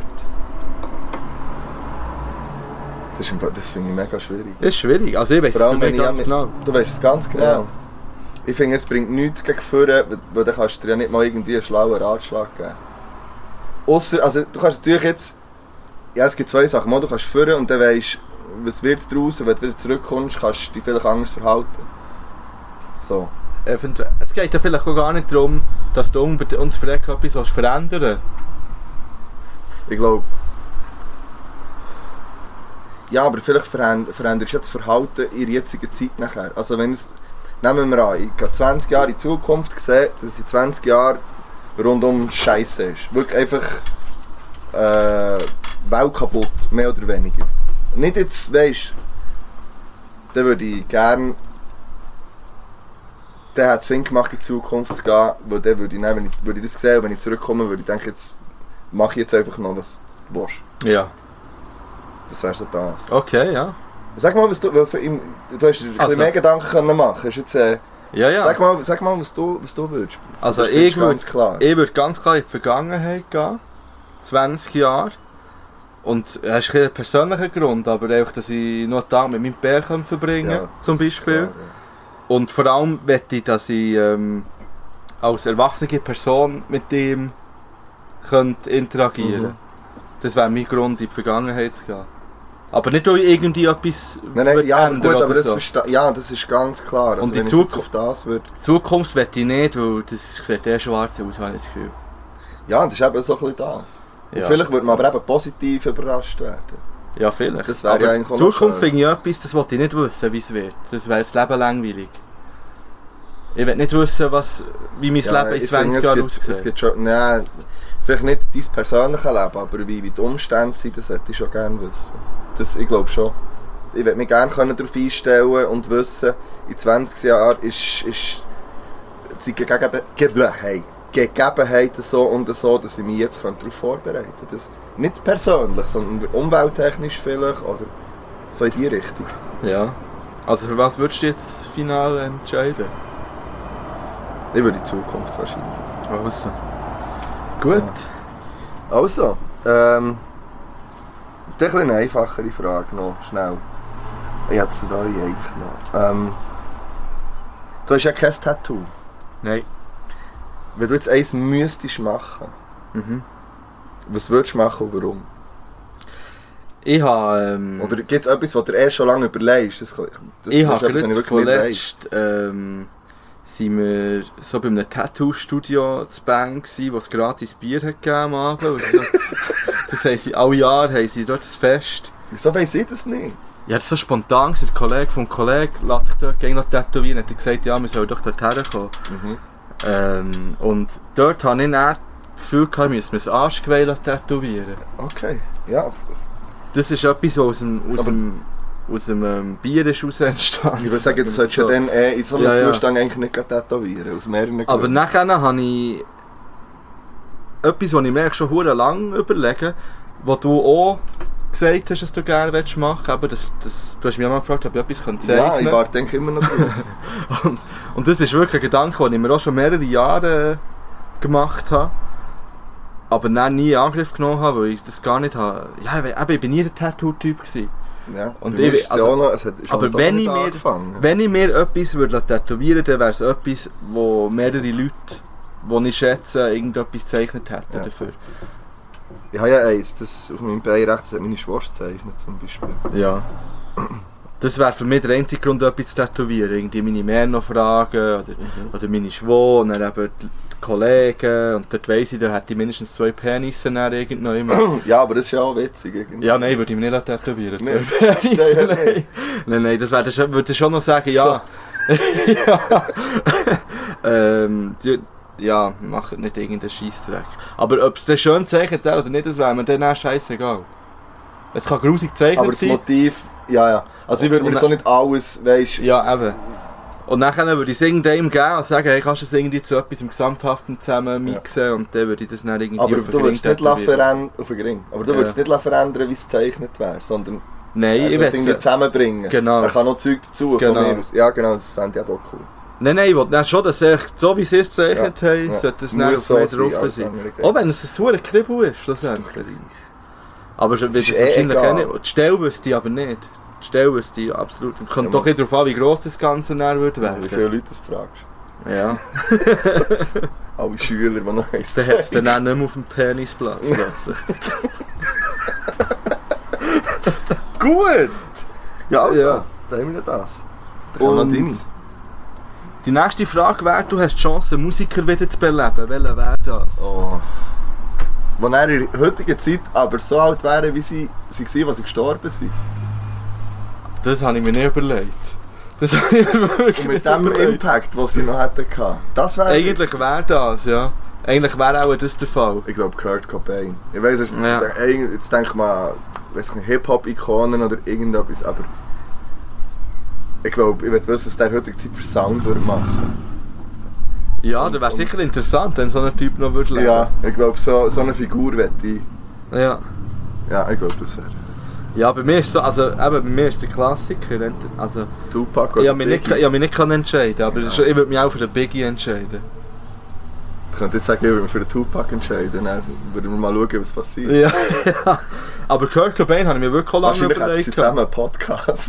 Das finde ich mega schwierig. Das ist schwierig, also ich weiss es ganz genau. Du weißt es ganz genau. Ja. Ich finde, es bringt nichts gegen Führen, weil dann kannst du dir ja nicht mal irgendwie einen schlauen Ratschlag geben. Ausser, also du kannst natürlich jetzt... Ja, es gibt zwei Sachen. Mal, du kannst führen und dann weisst, was wird daraus und wenn du wieder zurückkommst, kannst du dich vielleicht anders verhalten. So. Es geht ja vielleicht auch gar nicht darum, dass du uns vielleicht etwas verändern willst. Ich glaube... Ja, aber vielleicht veränderst du das Verhalten in der jetzigen Zeit nachher. Also wenn es... Nehmen wir an, ich habe 20 Jahre in die Zukunft gesehen, dass in 20 Jahren rundum Scheiße ist. Wirklich einfach... Welt kaputt, mehr oder weniger. Nicht jetzt, weisst, dann würde ich gerne... Dann hat es Sinn gemacht, in die Zukunft zu gehen, weil dann würde ich, dann, wenn ich das sehe, wenn ich zurückkomme, würde ich denken, jetzt mache ich jetzt einfach noch, was du willst. Ja. Das wäre so das. Okay, ja. Sag mal, was du... Du hast dir ein bisschen mehr Gedanken können machen. Ist jetzt, ja. Sag mal, was du würdest. Also ich würde ganz klar in die Vergangenheit gehen. 20 Jahre. Und das ist ein persönlicher Grund, aber auch, dass ich noch einen Tag mit meinem Bär verbringen kann, zum Beispiel. Klar, ja. Und vor allem möchte ich, dass ich als erwachsene Person mit ihm interagieren könnte. Das wäre mein Grund, in die Vergangenheit zu gehen. Aber nicht, weil irgendwie etwas ja, gut, aber das, so. Ja, das ist ganz klar. Also und die Zukunft möchte ich nicht, weil das sieht eher schwarz aus, habe ich das Gefühl. Ja, das ist eben so ein bisschen das. Ja. Und vielleicht würde man aber eben positiv überrascht werden. Ja, vielleicht. Das wäre ja eigentlich auch Zukunft finde ich etwas, das wollte ich nicht wissen, wie es wird. Das wäre das Leben langweilig. Ich will nicht wissen, wie mein Leben in 20 Jahren aussieht. Es gibt schon, nein, vielleicht nicht dein persönliches Leben, aber wie die Umstände sind, das hätte ich schon gerne wissen. Das, ich glaube schon. Ich würde mich gerne darauf einstellen und wissen, in 20 Jahren ist die Gegebenheiten so und so, dass ich mich jetzt darauf vorbereiten kann. Das, nicht persönlich, sondern umwelttechnisch vielleicht oder so in die Richtung. Ja. Also für was würdest du jetzt final entscheiden? Ich würde die Zukunft wahrscheinlich. Also. Gut. Ja. Also, eine einfachere Frage noch, schnell. Ich habe zwei eigentlich noch. Du hast ja kein Tattoo. Nein. Wenn du jetzt eins müsstest machen, was würdest du machen und warum? Ich habe... Oder gibt es etwas, was du erst schon lange überlegst? Ich habe gerade vorletzt... sind wir so bei einem Tattoo-Studio zu Bern gsi, wo es gratis Bier hat gegeben am Abend. Das haben sie, alle Jahre haben sie dort das Fest. Wieso weiss ich das nicht? Ja, das ist so spontan. Der Kollege vom Kollegen lässt sich dort noch tätowieren. Hat gesagt, ja, wir sollen doch dort herkommen. Und dort habe ich dann das Gefühl gehabt, wir müssen ein Arschgeweih tätowieren. Okay, ja. Das ist etwas, was aus dem aus dem Bier ist raus entstanden. Ich würde sagen, das solltest du dann in so einem Zustand eigentlich nicht tätowieren, aus mehreren Gründen. Aber nachher habe ich etwas, was ich mir schon hure lang überlege, was du auch gesagt hast, dass du gerne machen willst. Aber du hast mich auch mal gefragt, ob ich etwas zeichnen kann. Ja, ich warte immer noch drauf. und das ist wirklich ein Gedanke, den ich mir auch schon mehrere Jahre gemacht habe. Aber dann nie in Angriff genommen habe, weil ich das gar nicht habe. Ja, ich bin nie der Tattoo-Typ gewesen. Ja, und ich, also, aber wenn ich mir etwas würde tätowieren, dann wäre es etwas, wo mehrere Leute, die ich schätze, irgendetwas gezeichnet hätten dafür. Ich habe ja eins, das auf meinem Bein rechts hat meine Schwester gezeichnet zum Beispiel. Ja. Das wäre für mich der einzige Grund, etwas zu tätowieren. Irgendwie meine Mehr noch fragen oder meine Schwester und dann eben die Kollegen. Und dort weiss ich, da hätte ich mindestens 2 Penisse irgendwann. Ja, aber das ist ja auch witzig. Irgendwie. Ja, nein, würde ich mir nicht tätowieren. Nee. Nein, das würde ich schon noch sagen, ja. So. Ja, macht nicht irgendeinen Scheissdreck. Aber ob es dann schön zeichnet oder nicht, das wäre mir dann auch scheißegal. Es kann grusig zeichnet aber das sein. Motiv, ja. Also ich würde mir jetzt auch nicht alles, weisst. Ja, eben. Und dann würde ich es irgendjemandem geben und sagen, hey, kannst du es irgendwie zu etwas im Gesamthaften zusammen mixen und dann würde ich das dann irgendwie aber auf den Ring tätowieren. Aber du würdest nicht verändern, wie es gezeichnet wäre, sondern nein, ich will es irgendwie zusammenbringen. Genau. Man kann noch Zeug dazu von mir aus. Ja genau, das fände ich auch cool. Nein, ich will dann schon, dass so wie sie es gezeichnet haben, sollte es nicht auf mir drauf sein. Auch wenn es ein sauer Kribbel ist, schlussendlich. Aber wird es wahrscheinlich auch nicht. Die Stelle wüsste ich aber nicht. Die Stelle wüsste ich absolut. Es kommt doch darauf an, wie gross das Ganze dann wird werden. Wie viele Leute das fragst. Ja. Alle Schüler, die noch eins dann hat es dann auch nicht mehr auf dem Penisplatz plötzlich. Gut! Ja, also, da haben wir das. Da kann man deine. Die nächste Frage wäre, du hast die Chance, Musiker wieder zu beleben. Welcher wäre das? Oh. Wo in der heutigen Zeit aber so alt wären, wie sie waren, als sie gestorben sind. Das habe ich mir nicht überlegt. Das habe ich mir wirklich und mit dem Impact, den sie noch hätten gehabt. Das wäre eigentlich wäre das, ja. Eigentlich wäre auch das der Fall. Ich glaube Kurt Cobain. Ich weiss, jetzt denke ich mal, Hip-Hop-Ikonen oder irgendetwas, aber ich glaube, ich will wissen, was der heutige Zeit für Sound würde machen. Ja, das wäre sicher interessant, wenn so ein Typ noch würde leben. Ja, ich glaube, so eine Figur möchte ich. Ja. Ja, ich glaube, das wäre. Ja, bei mir ist so, also eben, bei mir ist der Klassiker. Also, Tupac oder Biggie? Ich habe mich nicht entscheiden, aber ja. Ich würde mich auch für den Biggie entscheiden. Ich könnte jetzt sagen, ich würde mich für den Tupac entscheiden, dann würden wir mal schauen, was passiert. Ja, ja. Aber Kurt Cobain habe ich mir wirklich auch lange überlegt. Wahrscheinlich hätten sie zusammen einen Podcast.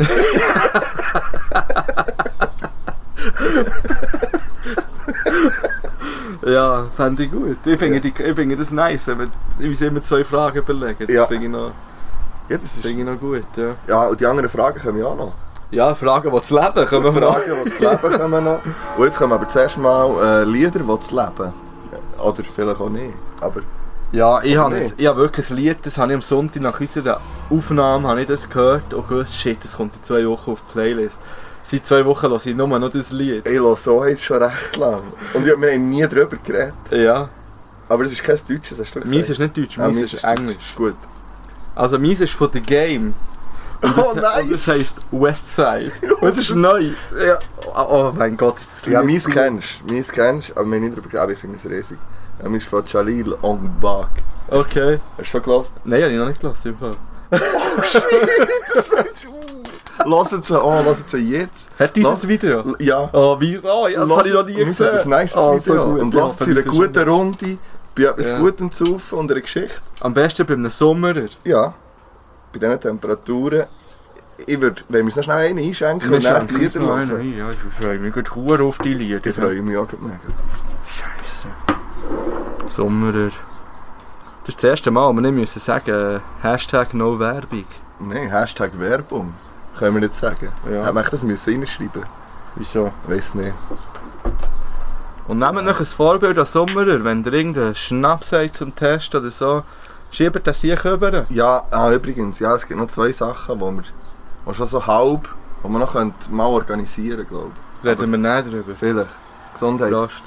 Ja, fände ich gut. Ich finde das nice, wenn wir uns immer 2 Fragen überlegen. Das finde ich noch... Ja, das finde ich noch gut, ja. Ja, und die anderen Fragen kommen ja auch noch. Ja, Fragen, die zu leben kommen noch. Fragen, die zu leben kommen noch. Und jetzt kommen aber zuerst mal Lieder, die zu leben. Oder vielleicht auch nicht, aber... Ja, ich habe wirklich ein Lied, das habe ich am Sonntag nach unserer Aufnahme habe ich das gehört und gewusst, shit, das kommt in 2 Wochen auf die Playlist. Seit 2 Wochen höre ich nur noch das Lied. Ich höre so eins schon recht lang. Und wir haben nie darüber geredet. Ja. Aber es ist kein Deutsches, hast du gesagt? Meins ist nicht Deutsch, meins ist Englisch. Gut. Also meins ist von The Game. Und das, nice! Und das heisst Westside. Und das ist neu. Ja. Oh mein Gott, ist das ja, meins kennst du, aber wir haben nicht darüber geredet, aber ich finde es riesig. Ja, meins ist von Jalil Ongbak. Okay. Hast du so gehört? Nein, habe ich noch nicht gehört, im Fall. Oh shit, das wird... Hört sie jetzt. Hat dieses Video? Ja. Oh, wieso? Ja, das habe ich noch nie gesehen. Das ist ein nice Video. So gut. Und lasst es in einer guten Runde, bei etwas Gutem zu saufen und einer Geschichte. Am besten bei einem Sommerer. Ja. Bei diesen Temperaturen. Ich würde, wenn wir uns noch schnell einen einschenken und dann die Lieder hören. Ja, ich freue mich gut auf die Lieder. Ich freue mich auch mega. Scheiße. Sommerer. Das ist das erste Mal, wir nicht müssen sagen, Hashtag no Werbung. Nein, Hashtag Werbung. Können wir nicht sagen. Ja. Hätten wir das reinschreiben? Wieso? Weiss nicht. Und nehmt noch ein Vorbild an Sommerer, wenn ihr irgendeinen Schnaps habt zum Testen oder so, schiebt das hier rüber. Ja, übrigens, ja, es gibt noch 2 Sachen, die schon so halb, die man noch mal organisieren könnte, glaube ich. Reden wir nicht drüber. Vielleicht. Gesundheit. Prost.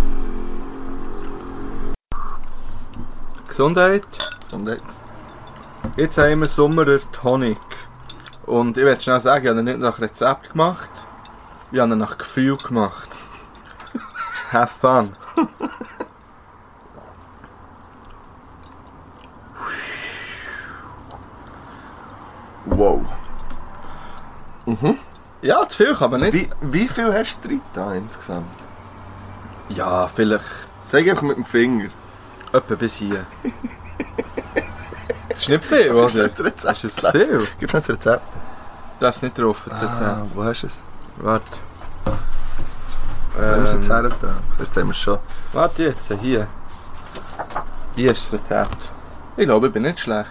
Gesundheit. Gesundheit. Jetzt haben wir Sommerer Tonic. Und ich will schnell sagen, ich habe ihn nicht nach Rezept gemacht, ich habe ihn nach Gefühl gemacht. Have fun. Wow. Mhm. Ja, zu viel kann man nicht. Wie viel hast du drin da insgesamt? Ja, vielleicht Zeig einfach mit dem Finger. etwa bis hier. Das ist nicht viel, oder? Das Rezept. Ist es viel? Gib mir das Rezept. Das ist nicht drauf, das Rezept. Wo hast du es? Warte. Wir haben es jetzt her da. Jetzt haben wir es schon. Warte jetzt, hier. Hier ist das Rezept. Ich glaube, ich bin nicht schlecht.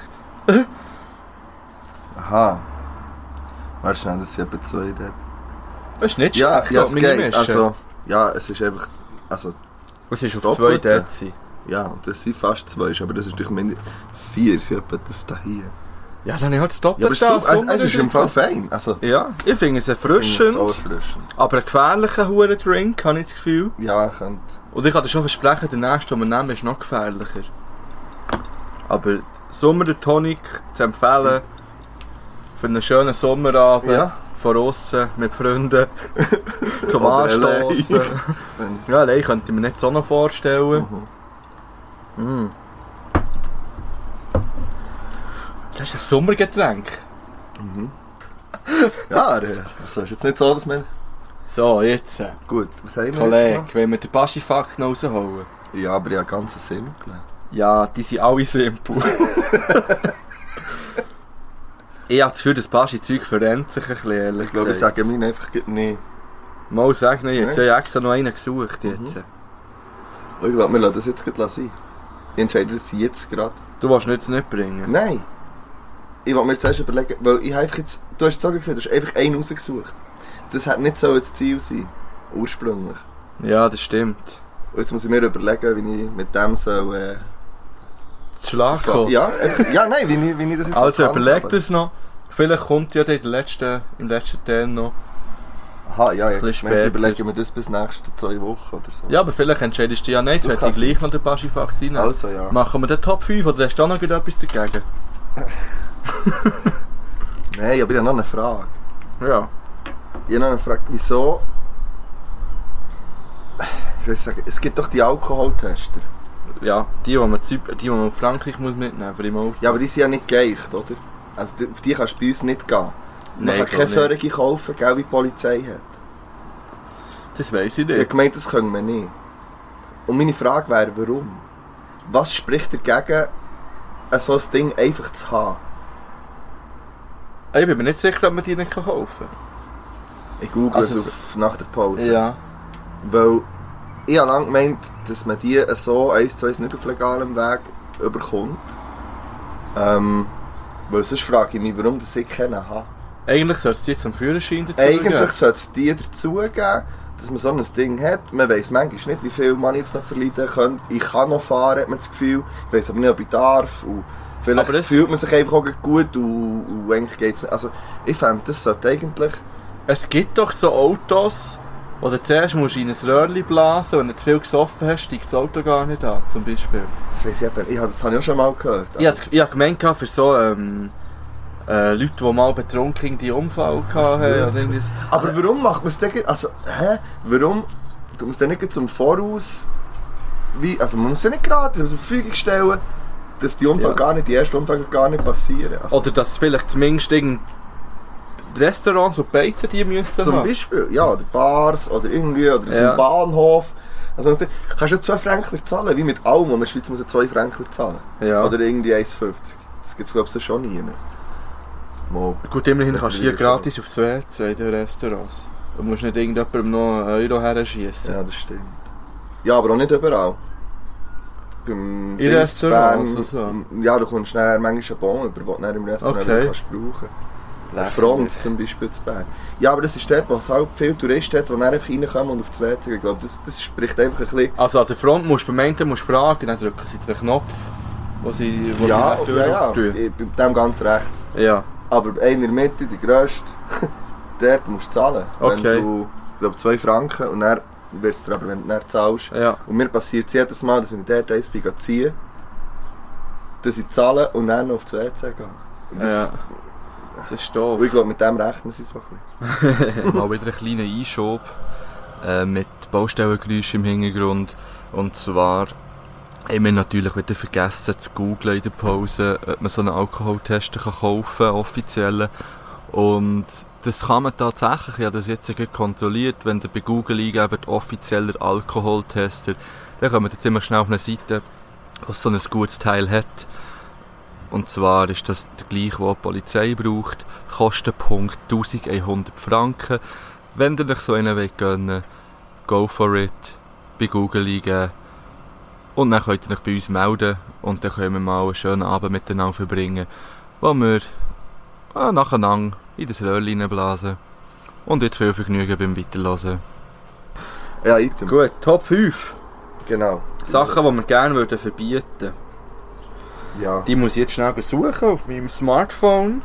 Aha. Warte schnell, das sind etwa 2 dort. Das ist nicht Ja, schlecht, ja, es geht. Mischen. Also, ja, es ist einfach... Also, Was ist das auf 2 Doppelte. Dezi? ja, und das sind fast 2, aber das ist natürlich mindestens 4, sind etwa das da hier. Ja, dann habe ich halt das Ja, aber Doppelte. es ist im Fall fein. Also, Ja, ich finde es ich finde erfrischend, es auch erfrischend. aber ein gefährlicher Huren-Drink, habe ich das Gefühl. Ja, ich könnte... Und ich kann dir schon versprechen, der nächste, den wir nehmen, ist noch gefährlicher. Aber Sommer der Tonic zu empfehlen, für einen schönen Sommerabend, Ja. von außen mit Freunden, zum Oder Anstoßen. allein. Ja, allein könnte ich mir nicht so noch vorstellen. Mhm. Das ist ein Sommergetränk. Ja, also ist jetzt nicht so, dass wir... So, jetzt. Gut, was haben wir Kollege, jetzt wenn wir den Baschi-Fakt noch rausholen. noch? Ja, aber ja, ganz simpel. Ja, die sind alle simpel. Ich habe das Gefühl, das Baschi-Zeug verrennt sich ein bisschen, ehrlich Ich glaube, ich gesagt. sage mir einfach nicht. Mal sagen, ich Nein. habe extra noch einen gesucht jetzt. Oh, ich glaube, wir lassen das jetzt gerade sein. Ich entscheide das jetzt gerade. Du willst ihn jetzt nicht bringen? Nein. Ich wollte mir zuerst überlegen, weil ich habe einfach jetzt... Du hast es so gesagt, du hast einfach einen rausgesucht. Das hätte nicht so das Ziel sein, ursprünglich. Ja, das stimmt. Und jetzt muss ich mir überlegen, wie ich mit dem so... Zu Schlag kommen. ja, nein, wie ich das jetzt Also handhabe. überleg das noch. Vielleicht kommt ja im letzten Teil noch. Aha, ja, bisschen jetzt später. überlegen wir das bis nächste 2 Wochen oder so. Ja, aber vielleicht entscheidest du ja nicht. Das Jetzt hätte ich kann gleich noch den Baschi-Fakt rein. Also, ja. Machen wir den Top 5 oder hast du da noch etwas dagegen? Nein, aber ich habe noch eine Frage. Ja. Ich habe noch eine Frage, wieso... Wie soll ich sagen? Es gibt doch die Alkoholtester. Ja, die man auf Frankreich muss mitnehmen für im Auto. Ja, aber die sind ja nicht geeicht, oder? Also auf die kannst du bei uns nicht gehen. Man Nein, kann ich keine glaube solche kaufen, gell, wie die Polizei hat. Das weiss ich Ich habe nicht. gemeint, das können wir nicht. Und meine Frage wäre, warum? Was spricht dagegen, so ein Ding einfach zu haben? Ich bin mir nicht sicher, ob man die nicht kaufen kann. Ich google Also es nach der Pause. Ja. Weil ich habe lange gemeint, dass man die so 1-2 nicht auf legalem Weg überkommt. Weil sonst frage ich mich, warum das ich keinen habe. Eigentlich sollte es die zum Führerschein dazu Eigentlich sollte es die dazugeben, dass man so ein Ding hat. Man weiss manchmal nicht, wie viel man jetzt noch verleiden könnte. Ich kann noch fahren, hat man das Gefühl. Ich weiss aber nicht, ob ich darf. Und vielleicht Aber das- fühlt man sich einfach auch gut und eigentlich geht es nicht. Also ich fände, das sollte eigentlich... Es gibt doch so Autos, wo du zuerst musst in ein Röhrchen blasen und wenn du zu viel gesoffen hast, steigt das Auto gar nicht an, zum Beispiel. Das weiss ich eben. Das habe ich auch schon mal gehört. Ich habe gemeint, für so Leute, die mal betrunken die Unfall hatten. Oder irgendwie so. Aber warum macht man es denn... Also, warum tut man es denn nicht zum Voraus... Also man muss es ja nicht gratis zur Verfügung stellen, dass die Unfälle die ersten Unfälle gar nicht passieren. Also, Oder dass vielleicht zumindest die Restaurants und Beizen die müssen zum haben. Beispiel, ja, oder Bars oder irgendwie, oder so Ja. ein Bahnhof. Also kannst du 2 Franken zahlen, wie mit allem, in der Schweiz muss er 2 Franken zahlen. Ja. Oder irgendwie 1,50. Das gibt es glaube ich schon nie. Mal. Gut, immerhin kannst du hier Ja. gratis aufs WC in den Restaurants. Du musst nicht irgendjemandem noch einen Euro herschießen. Ja, das stimmt. Ja, aber auch nicht überall. Beim In Dings zu Restaurants Bern, oder so? Ja, du kommst schnell manchmal einen Bon über, den du dann im Restaurant Okay. kannst brauchen. Eine Front zum Beispiel zu Bern. Ja, aber das ist dort, wo es halt viele Touristen hat, die dann einfach reinkommen und auf das WC. Ich glaube, das spricht einfach ein bisschen... Also an der Front musst du beim einen fragen, dann drücken sie den Knopf, wo sie ja, die Tür ja, ja. auftun. Bei dem ganz rechts. Ja. Aber einer in der Mitte, die grösste, dort musst du zahlen. Okay. Wenn du, ich glaube, 2 Franken und dann wird es dir aber, wenn du dann zahlst. Ja. Und mir passiert es jedes Mal, dass wenn ich dort eins bin, ziehen dass sie zahlen und dann noch auf das WC gehen. Das ist doof. Und ich glaube, mit dem rechnen sie so ein bisschen. Mal wieder einen kleinen Einschub mit Baustellengeräuschen im Hintergrund. Und zwar haben wir natürlich wieder vergessen zu googlen in der Pause, ob man so einen Alkoholtester kaufen kann, offiziell. Und das kann man tatsächlich, ich habe das jetzt kontrolliert, wenn ihr bei Google eingebt, offizieller Alkoholtester, dann kommt ihr ziemlich schnell auf eine Seite, die so ein gutes Teil hat. Und zwar ist das der gleiche, den die Polizei braucht. Kostenpunkt 1100 Franken. Wenn ihr euch so einen gönnen wollt, go for it. Bei Google eingeben. Und dann könnt ihr euch bei uns melden. Und dann können wir mal einen schönen Abend miteinander verbringen, wo wir nacheinander in das Röhrchen reinblasen. Und jetzt viel Vergnügen beim Weiterhören. Ja, Item. Gut, Top 5. Genau. Sachen, die wir gerne verbieten würden. Ja. Die muss ich jetzt schnell suchen auf meinem Smartphone.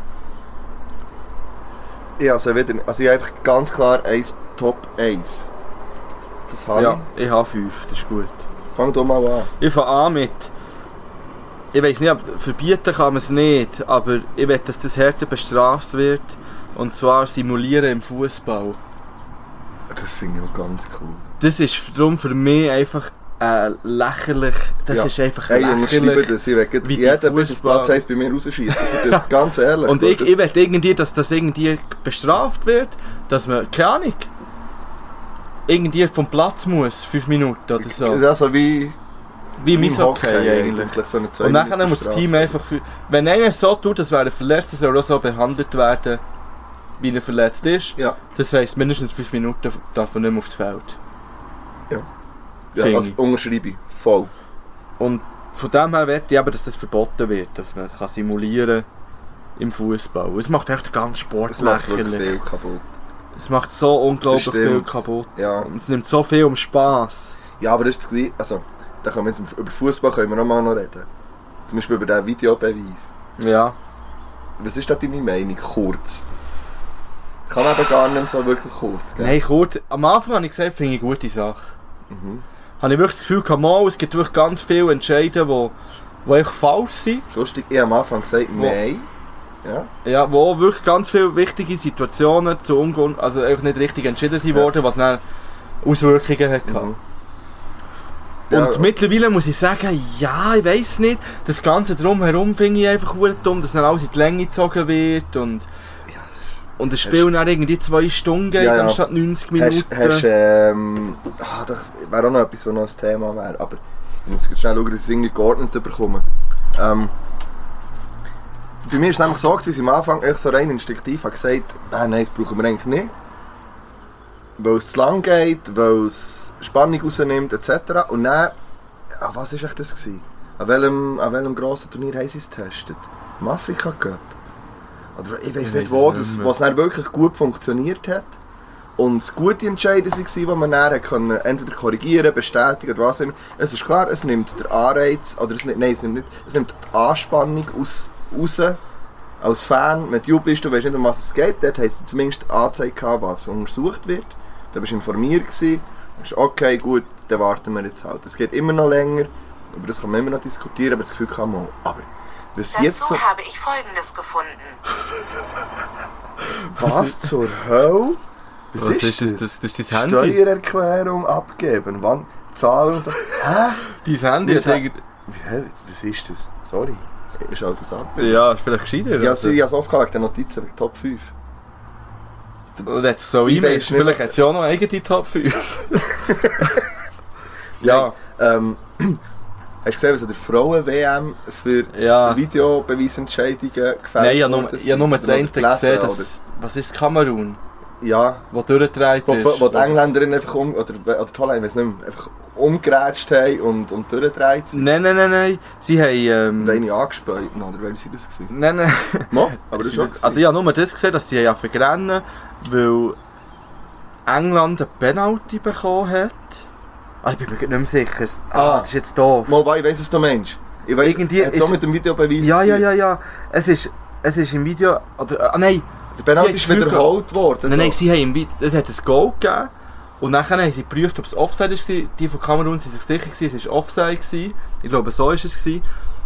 Ja, also ich habe einfach ganz klar Top 1. Das habe Ja, ich habe 5, das ist gut. Fang doch mal an. Ich fange an mit... Ich weiss nicht, verbieten kann man es nicht, aber ich will, dass das härter bestraft wird. Und zwar simulieren im Fußball. Das finde ich auch ganz cool. Das ist darum für mich einfach lächerlich. Das ist einfach lächerlich. Ich schreibe das. Ich will jeden bis auf Platz 1 bei mir rausschießen. Das ist ganz ehrlich. Und ich will irgendwie, dass das irgendwie bestraft wird, dass man, keine Ahnung, irgendwie vom Platz muss, 5 Minuten oder so. Also wie mein Hockey eigentlich. So und dann muss das Team einfach... Wenn einer so tut, dass er verletzt ist, soll er auch so behandelt werden, wie er verletzt ist. Ja. Das heisst, mindestens 5 Minuten darf er nicht mehr aufs Feld. Ja, also unterschreibe ich. Voll. Und von dem her möchte ich aber, dass das verboten wird, dass man kann simulieren im Fußball. Es macht echt den ganzen Sport es macht lächerlich. Viel kaputt. Es macht so unglaublich viel kaputt. Ja. Und es nimmt so viel um Spass. Ja, aber das ist das Gleiche. Also, da können wir jetzt, über Fußball können wir noch reden. Zum Beispiel über den Videobeweis. Ja. Was ist da deine Meinung? Kurz. Kann eben gar nicht so wirklich kurz, gell? Nein, kurz. Am Anfang habe ich gesagt, finde ich eine gute Sache. Habe ich wirklich das Gefühl, es gibt wirklich ganz viele Entscheidungen, die echt falsch sind. Lustig, ich habe am Anfang gesagt, nein. Ja, wo wirklich ganz viele wichtige Situationen zu also einfach nicht richtig entschieden worden, was dann Auswirkungen hatte. Und mittlerweile muss ich sagen, ja, ich weiss nicht, das Ganze drumherum finde ich einfach dumm, dass dann alles in die Länge gezogen wird und das Spiel dann irgendwie 2 Stunden geht, anstatt 90 Minuten. Das wäre auch noch etwas, was noch ein Thema wäre, aber ich muss schnell schauen, dass ich es irgendwie geordnet bekomme. Bei mir war es nämlich so, dass ich am Anfang so rein instinktiv habe gesagt, nein, das brauchen wir eigentlich nicht. Weil es zu lang geht, weil es Spannung rausnimmt etc. Und dann, was war das gewesen? An welchem grossen Turnier haben sie es getestet? Im Afrika Cup? Oder ich weiss nicht wo, was dann wirklich gut funktioniert hat. Und es gute Entscheidungen waren, die man dann können, entweder korrigieren, bestätigen oder was auch immer. Es ist klar, es nimmt den Anreiz, oder es nimmt die Anspannung raus. Als Fan, wenn du jubelst, du weißt nicht, um was es geht, dort hast du zumindest angezeigt, was untersucht wird. Da warst du informiert gewesen. Okay, gut, dann warten wir jetzt halt. Es geht immer noch länger, über das kann man immer noch diskutieren, aber das Gefühl kann man auch. Aber dazu jetzt so habe ich Folgendes gefunden. Was zur Hölle? Was ist das? Das ist dein Handy. Steuererklärung abgeben, wann Zahlen und so. Hä? Dein Handy hat was ist das? Sorry. Ich schaue das ab. Ja, ist vielleicht gescheiter. Ja, ich habe es aufgehakt, die Notizen, die Top 5. Und jetzt so E-Mail, vielleicht hat es ja auch noch eigene Top 5. Ja. Hast du gesehen, was an der Frauen-WM für Videobeweisentscheidungen gefällt wurde? Nein, ich habe nur das eine gesehen, was ist Kamerun? Ja. Wo durchgedreht ist. Wo die Engländerinnen einfach oder die Holländer, ich weiß nicht mehr, einfach umgerätscht haben und durchgedreht sind. Nein. Sie haben... Eine angespäut, oder wie sie das gesehen? Nein. No, aber das ist schon also ich habe nur das gesehen, dass sie verrennen, weil England eine Penalty bekommen hat. Ich bin mir nicht mehr sicher. Das ist jetzt doof. Ich weiss, was du meinst. Ich weiss, irgendwie hat so mit dem Videobeweis. Ja. Es ist im Video... nein. Der Penalty ist wiederholt worden. Nein, es hat ein Goal gegeben. Und dann haben sie geprüft, ob es Offside war. Die von Kamerun waren sich sicher, es war Offside. Ich glaube, so war es.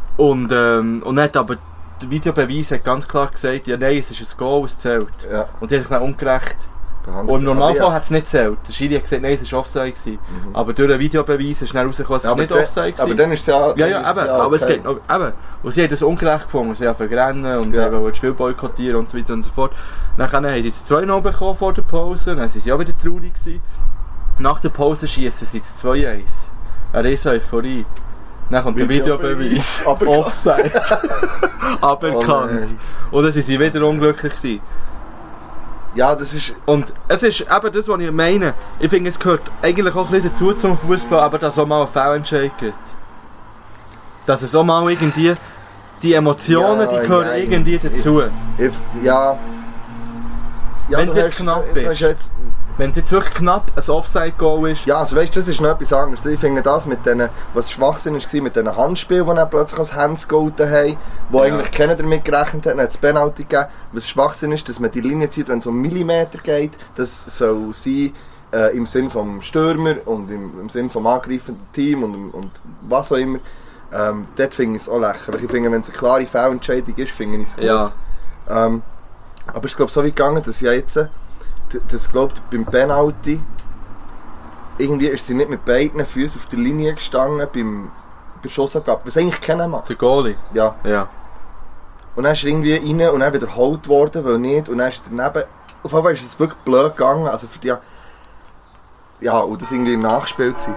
Und dann hat aber der Videobeweis hat ganz klar gesagt, ja nein, es ist ein Goal, es zählt. Ja. Und die haben sich dann umgerecht. Und im Normalfall hat es nicht zählt. Der Schiri hat gesagt, nein, es war Offside gewesen. Aber durch den Videobeweis ist schnell rausgekommen, es war nicht Offside gewesen. Aber dann ist es ja... Ja, eben, aber es geht noch, eben. Und sie haben das ungerecht gefunden, sie haben verrennen und wollten das Spiel boykottieren und so weiter und so fort. Dann haben sie jetzt 2-0 bekommen vor der Pause, dann waren sie auch wieder traurig gewesen. Nach der Pause schießen sie jetzt 2-1. Eine riesen Euphorie. Dann kommt der Videobeweis. Offside. Aberkannt. Und dann waren sie wieder unglücklich gewesen. Ja, das ist... Und es ist eben das, was ich meine. Ich finde, es gehört eigentlich auch ein bisschen dazu zum Fußball, aber dass es auch mal einen Fehlentscheid gibt. Dass es auch mal irgendwie... Die Emotionen, die gehören irgendwie dazu. Ja, wenn es jetzt knapp ist. Wenn es jetzt wirklich knapp ein Offside-Goal ist. Ja, also weißt du, das ist noch etwas anderes. Ich finde das mit denen, was Schwachsinn war, mit diesen Handspielen, die dann plötzlich als Hands gehalten haben, wo eigentlich keiner damit gerechnet hat, dann hat es Penalty gegeben. Was Schwachsinn ist, dass man die Linie zieht, wenn es um Millimeter geht. Das soll sein im Sinn vom Stürmer und im Sinn vom angreifenden Team und was auch immer. Dort finde ich es auch lächerlich. Ich finde, wenn es eine klare Fehlentscheidung ist, finde ich es gut. Ja. Aber es ist glaube so weit gegangen, dass ja jetzt... Das glaubt beim Penalty irgendwie ist sie nicht mit beiden Füßen auf der Linie gestanden bei Schussabgabe, was eigentlich keiner macht. Der Goalie? Ja. Und dann ist er irgendwie rein und dann wiederholt worden, weil nicht, und dann ist er daneben, auf jeden Fall ist es wirklich blöd gegangen, also für die, ja, und das irgendwie in Nachspielzeit.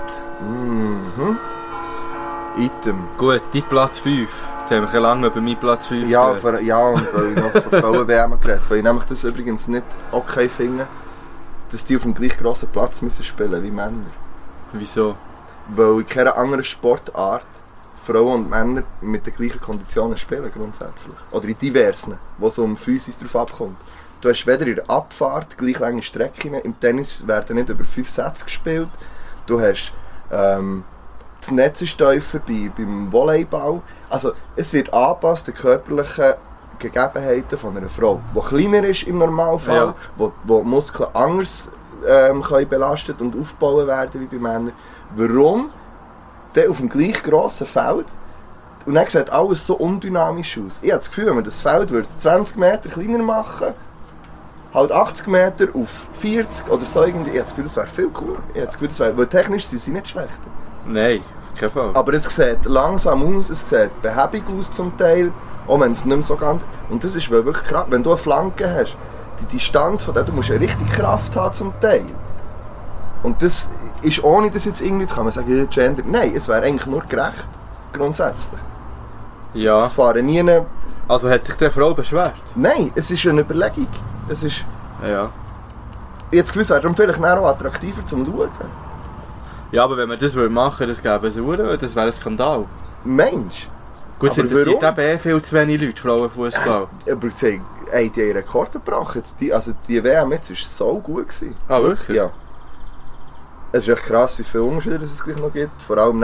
Item. Gut, die Platz 5. Jetzt haben wir lange über meinen Platz 5 und weil ich noch von Frauen-WM geredet, weil ich nämlich das übrigens nicht okay finde, dass die auf dem gleich grossen Platz müssen spielen wie Männer. Wieso? Weil in keiner anderen Sportart Frauen und Männer mit den gleichen Konditionen spielen grundsätzlich. Oder in diversen, wo es um Physis drauf abkommt. Du hast weder in der Abfahrt gleich lange Strecken, im Tennis werden nicht über 5 Sätze gespielt. Du hast das Netz ist tiefer beim Volleyball. Also es wird angepasst an die körperlichen Gegebenheiten von einer Frau, die kleiner ist im Normalfall, wo Muskeln anders können belastet und aufgebaut werden wie bei Männern. Warum dann auf dem gleich grossen Feld und dann sieht alles so undynamisch aus? Ich habe das Gefühl, wenn man das Feld 20 Meter kleiner machen, halt 80 Meter auf 40 oder so irgendwie, ich habe das Gefühl, das wäre viel cooler. Ich habe das Gefühl, weil technisch sind sie nicht schlechter. Nein, auf keinen Fall. Aber es sieht langsam aus, es sieht behäbig aus zum Teil, auch wenn es nicht mehr so ganz... Und das ist wirklich krass, wenn du eine Flanke hast, die Distanz von der, du musst eine richtige Kraft haben zum Teil. Und das ist ohne das jetzt irgendwie, kann man sagen, Gender... Nein, es wäre eigentlich nur gerecht, grundsätzlich. Ja. Es fahren nie... Also hat sich der Frau beschwert? Nein, es ist eine Überlegung. Es ist... Ja. Ich habe das Gefühl, es wäre darum vielleicht auch attraktiver zum Schauen. Ja, aber wenn wir das machen würden, das gäbe es Uhren, das wäre ein Skandal. Mensch! Gut, es interessiert eben viel zu wenig Leute, Frauenfußball. Aber sie haben die Rekorde gebrochen. Die WM jetzt war so gut gewesen. Ah, wirklich? Ja. Es ist echt krass, wie viele Unterschiede es gleich noch gibt. Vor allem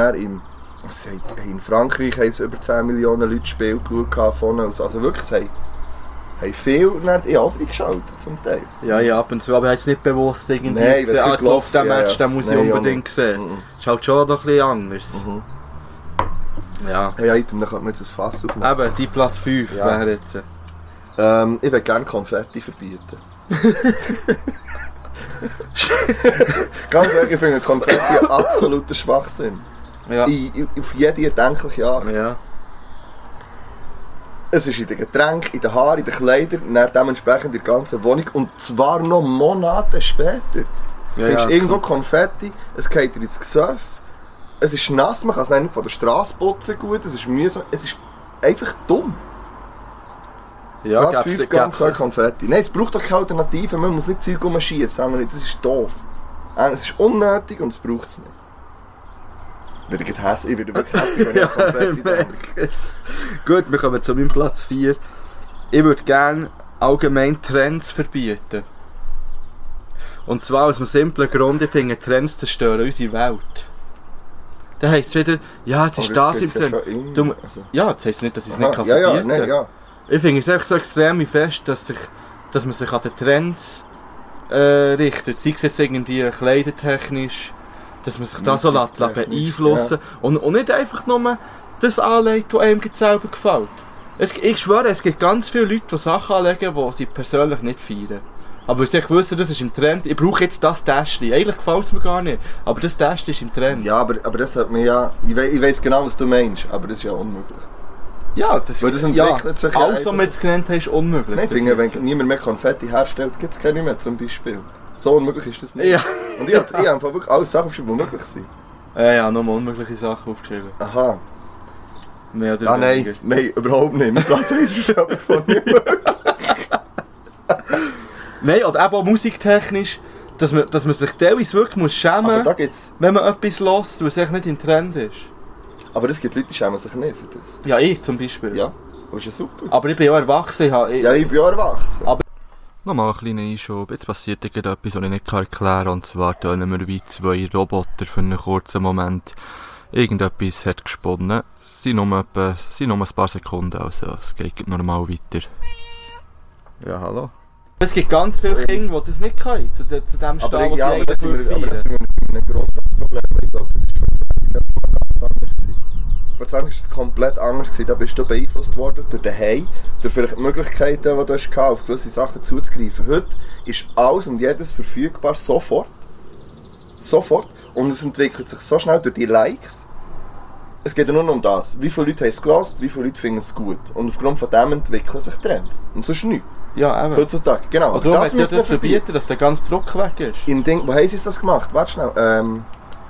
in Frankreich haben es über 10 Millionen Leute Spiel geschaut von uns. Also wirklich, es haben viel in Abend geschaltet zum Teil. Ja, ab und zu, aber hat es nicht bewusst irgendwie gesehen. Nein, ich glaube, den Match den muss ich unbedingt sehen. Das ist halt schon noch ein bisschen anders. Ja. Hey, Item, dann könnte man jetzt ein Fass aufnehmen. Eben, die Platz 5 wäre jetzt. Ich würde gerne Konfetti verbieten. Ganz ehrlich, ich finde Konfetti einen absoluten Schwachsinn. Ja. Auf jede erdenkliche Art. Ja. Es ist in den Getränken, in den Haaren, in den Kleidern, und dann dementsprechend in der ganzen Wohnung. Und zwar noch Monate später. Du findest irgendwo Konfetti, es geht dir ins Gesöff, es ist nass, man kann es nicht von der Straße putzen gut, es ist mühsam, es ist einfach dumm. Ja, Platz 5 ganz klar Konfetti. Nein, es braucht doch keine Alternative, man muss nicht Zeug schießen, das ist doof. Es ist unnötig und es braucht es nicht. Ich werde wirklich hässlich, wenn ich Konfetti denke. Gut, wir kommen zu meinem Platz 4. Ich würde gerne allgemein Trends verbieten. Und zwar aus einem simplen Grund, ich finde, Trends zerstören unsere Welt. Dann heisst es wieder, ja, jetzt ist das im Trend. Ja, das heisst nicht, dass ich es nicht verbieten kann. Ja. Ich finde es echt so extrem fest, dass man sich an den Trends richtet. Sei es jetzt irgendwie kleidertechnisch, dass man sich da so beeinflussen lässt. Und nicht einfach nur das anlegt, was einem selber gefällt. Ich schwöre, es gibt ganz viele Leute, die Sachen anlegen, die sie persönlich nicht feiern. Aber ich wusste, das ist im Trend. Ich brauche jetzt das Täschchen. Eigentlich gefällt es mir gar nicht. Aber das Täschchen ist im Trend. Ja, aber das hat mir ja... Ich weiss genau, was du meinst, aber das ist ja unmöglich. Ja, das entwickelt sich ja alles, was du jetzt genannt hast, ist unmöglich. Nein, ich finde, wenn niemand mehr Konfetti herstellt, gibt es keine mehr zum Beispiel. So unmöglich ist das nicht. Ja. Und ich habe einfach wirklich alle Sachen aufgeschrieben, die möglich sind. Ja, nur unmögliche Sachen aufgeschrieben. Aha. Mehr oder weniger. Nein, überhaupt nicht. Mit Platz 1 ist es aber von niemandem. Nein, oder eben auch musiktechnisch, dass man sich teilweise wirklich schämen muss, Aber da gibt's... wenn man etwas hört, was echt nicht im Trend ist. Aber es gibt Leute, die schämen sich nicht für das. Ja, ich zum Beispiel. Ja, aber ist ja super. Aber ich bin ja erwachsen. Ich bin ja erwachsen. Aber Nochmal ein kleiner Einschub. Jetzt passiert etwas, was ich nicht erklären kann. Und zwar tönen wir wie zwei Roboter für einen kurzen Moment. Irgendetwas hat gesponnen. Es sind nur ein paar Sekunden, also es geht normal weiter. Ja, hallo? es gibt ganz viele Kinder, die das nicht können, zu dem stehen, was sie eigentlich feiern. Aber das sind wir mit einem Grundsatzproblem. Ich glaube, das war vor 20 Jahren ganz anders gewesen. Vor 20 war es komplett anders gewesen. Da bist du beeinflusst worden durch den Heim, durch vielleicht die Möglichkeiten, die du hast, auf gewisse Sachen zuzugreifen. Heute ist alles und jedes verfügbar, sofort. Sofort. Und es entwickelt sich so schnell durch die Likes. Es geht ja nur noch um das. Wie viele Leute haben es gehört, wie viele Leute finden es gut. Und aufgrund von dem entwickeln sich Trends. Und sonst nichts. Ja, eben. Heutzutage, genau. Und darum müssen wir das verbieten, dass der ganze Druck weg ist. Wo haben sie das gemacht? Warte schnell.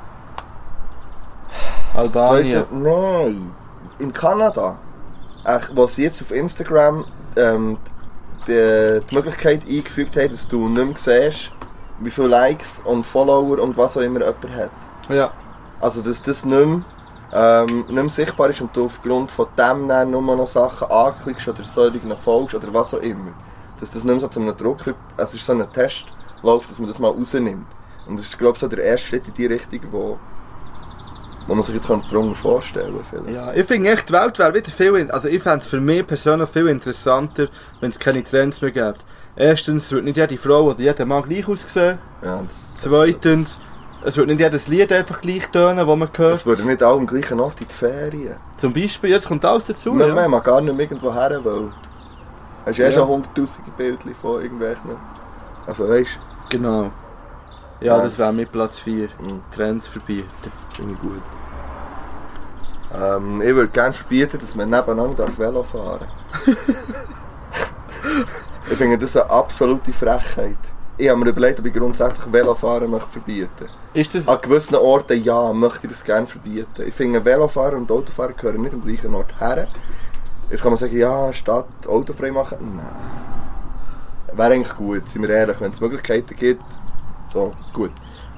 Albanien. Nein. In Kanada. Wo sie jetzt auf Instagram die Möglichkeit eingefügt haben, dass du nicht mehr siehst, wie viele Likes und Follower und was auch immer jemand hat. Ja. Also dass das nicht mehr sichtbar ist und du aufgrund von dem dann nur noch Sachen anklickst oder solchen folgst oder was auch immer. Dass das nicht mehr so zu einem Druck, es ist so ein Testlauf, dass man das mal rausnimmt. Und das ist, glaube ich, so der erste Schritt in die Richtung, wo man sich jetzt darunter vorstellen kann. Ja, ich finde echt, die Welt wäre wieder viel... Also ich fände es für mich persönlich viel interessanter, wenn es keine Trends mehr gibt. Erstens wird nicht jede Frau oder jeder Mann gleich aussehen. Ja, Zweitens, es wird nicht jedes Lied einfach gleich tönen, das man hört. Es würde nicht alle am gleichen Ort in die Ferien. Zum Beispiel, jetzt kommt alles dazu. Man mag gar nicht mehr irgendwo her, weil... Hast du schon 100'000 Bildchen von irgendwelchen... Also weißt du? Genau. Ja, das wäre mit Platz 4. Trends verbieten. Finde ich gut. Ich würde gerne verbieten, dass man nebeneinander Velo fahren darf. Ich finde das eine absolute Frechheit. Ich habe mir überlegt, ob ich grundsätzlich Velofahren möchte verbieten. Ist das... An gewissen Orten ja, möchte ich das gerne verbieten. Ich finde, Velofahrer und Autofahrer gehören nicht am gleichen Ort her. Jetzt kann man sagen, ja, statt autofrei machen. Nein. Wäre eigentlich gut, sind wir ehrlich, wenn es Möglichkeiten gibt. So, gut.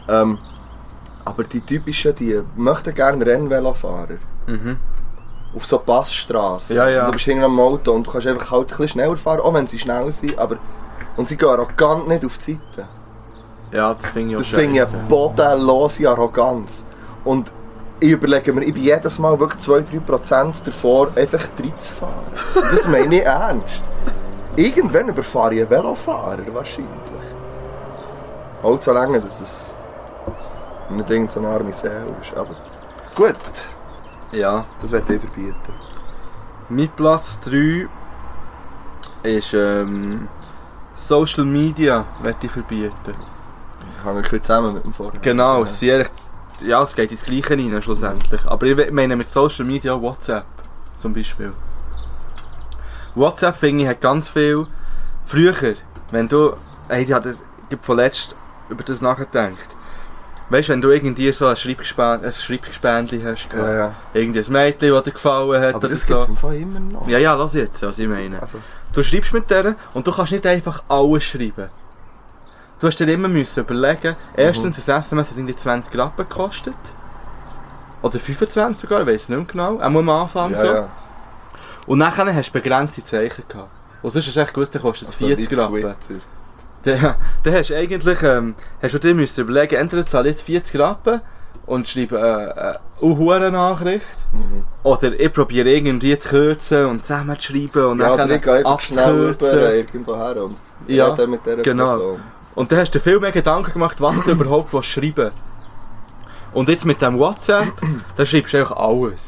Aber die typischen, die möchten gerne Rennvelofahrer. Mhm. Auf so Passstraßen. Ja, ja. Du bist hinten am Auto und du kannst einfach halt ein bisschen schneller fahren, auch wenn sie schnell sind. Aber und sie gehen arrogant nicht auf die Seite. Ja, das finde ich auch Das finde ich eine bodenlose Arroganz. Und ich überlege mir, ich bin jedes Mal wirklich 2-3% davor, einfach reinzufahren. Das meine ich ernst. Irgendwann überfahre ich einen Velofahrer, wahrscheinlich. Halt so lange, dass es nicht irgend so eine arme Seele ist. Aber gut, Ja. das werde ich verbieten. Mein Platz 3 ist Social Media, möchte ich verbieten. Ich hänge ein bisschen zusammen mit dem Vorhinein. Genau, es geht ins Gleiche rein schlussendlich. Aber ich meine mit Social Media WhatsApp zum Beispiel. WhatsApp finde ich hat ganz viel... Früher, wenn du... ich habe vorletzt über das nachgedacht. Weißt du, wenn du irgendwie so ein Schreibgespendli hast, Ja. irgendein Mädchen, das dir gefallen hat, Aber oder das so. gibt es im Fall immer noch. Ja, lass jetzt, was ich meine. Also, Du schreibst mit der und du kannst nicht einfach alles schreiben. Du hast dir immer überlegen, erstens, ein SMS hat irgendwie 20 Rappen gekostet. Oder 25 sogar, ich weiss nicht mehr genau. Auch am Anfang so. ja. Und nachher hast du begrenzte Zeichen gehabt. Und sonst hast du echt gewusst, dann kostet es 40 Rappen. Dann hast du eigentlich hast du dir überlegen, entweder zahle ich jetzt 40 Rappen und schreibe eine Nachricht. Oder ich probiere irgendwie zu kürzen und zusammen zu schreiben und Ja, dann oder ich gehe einfach schnell rüber irgendwo her und rede mit dieser Person. Und dann hast du dir viel mehr Gedanken gemacht, was du überhaupt schreiben willst. Und jetzt mit dem WhatsApp, da schreibst du einfach alles.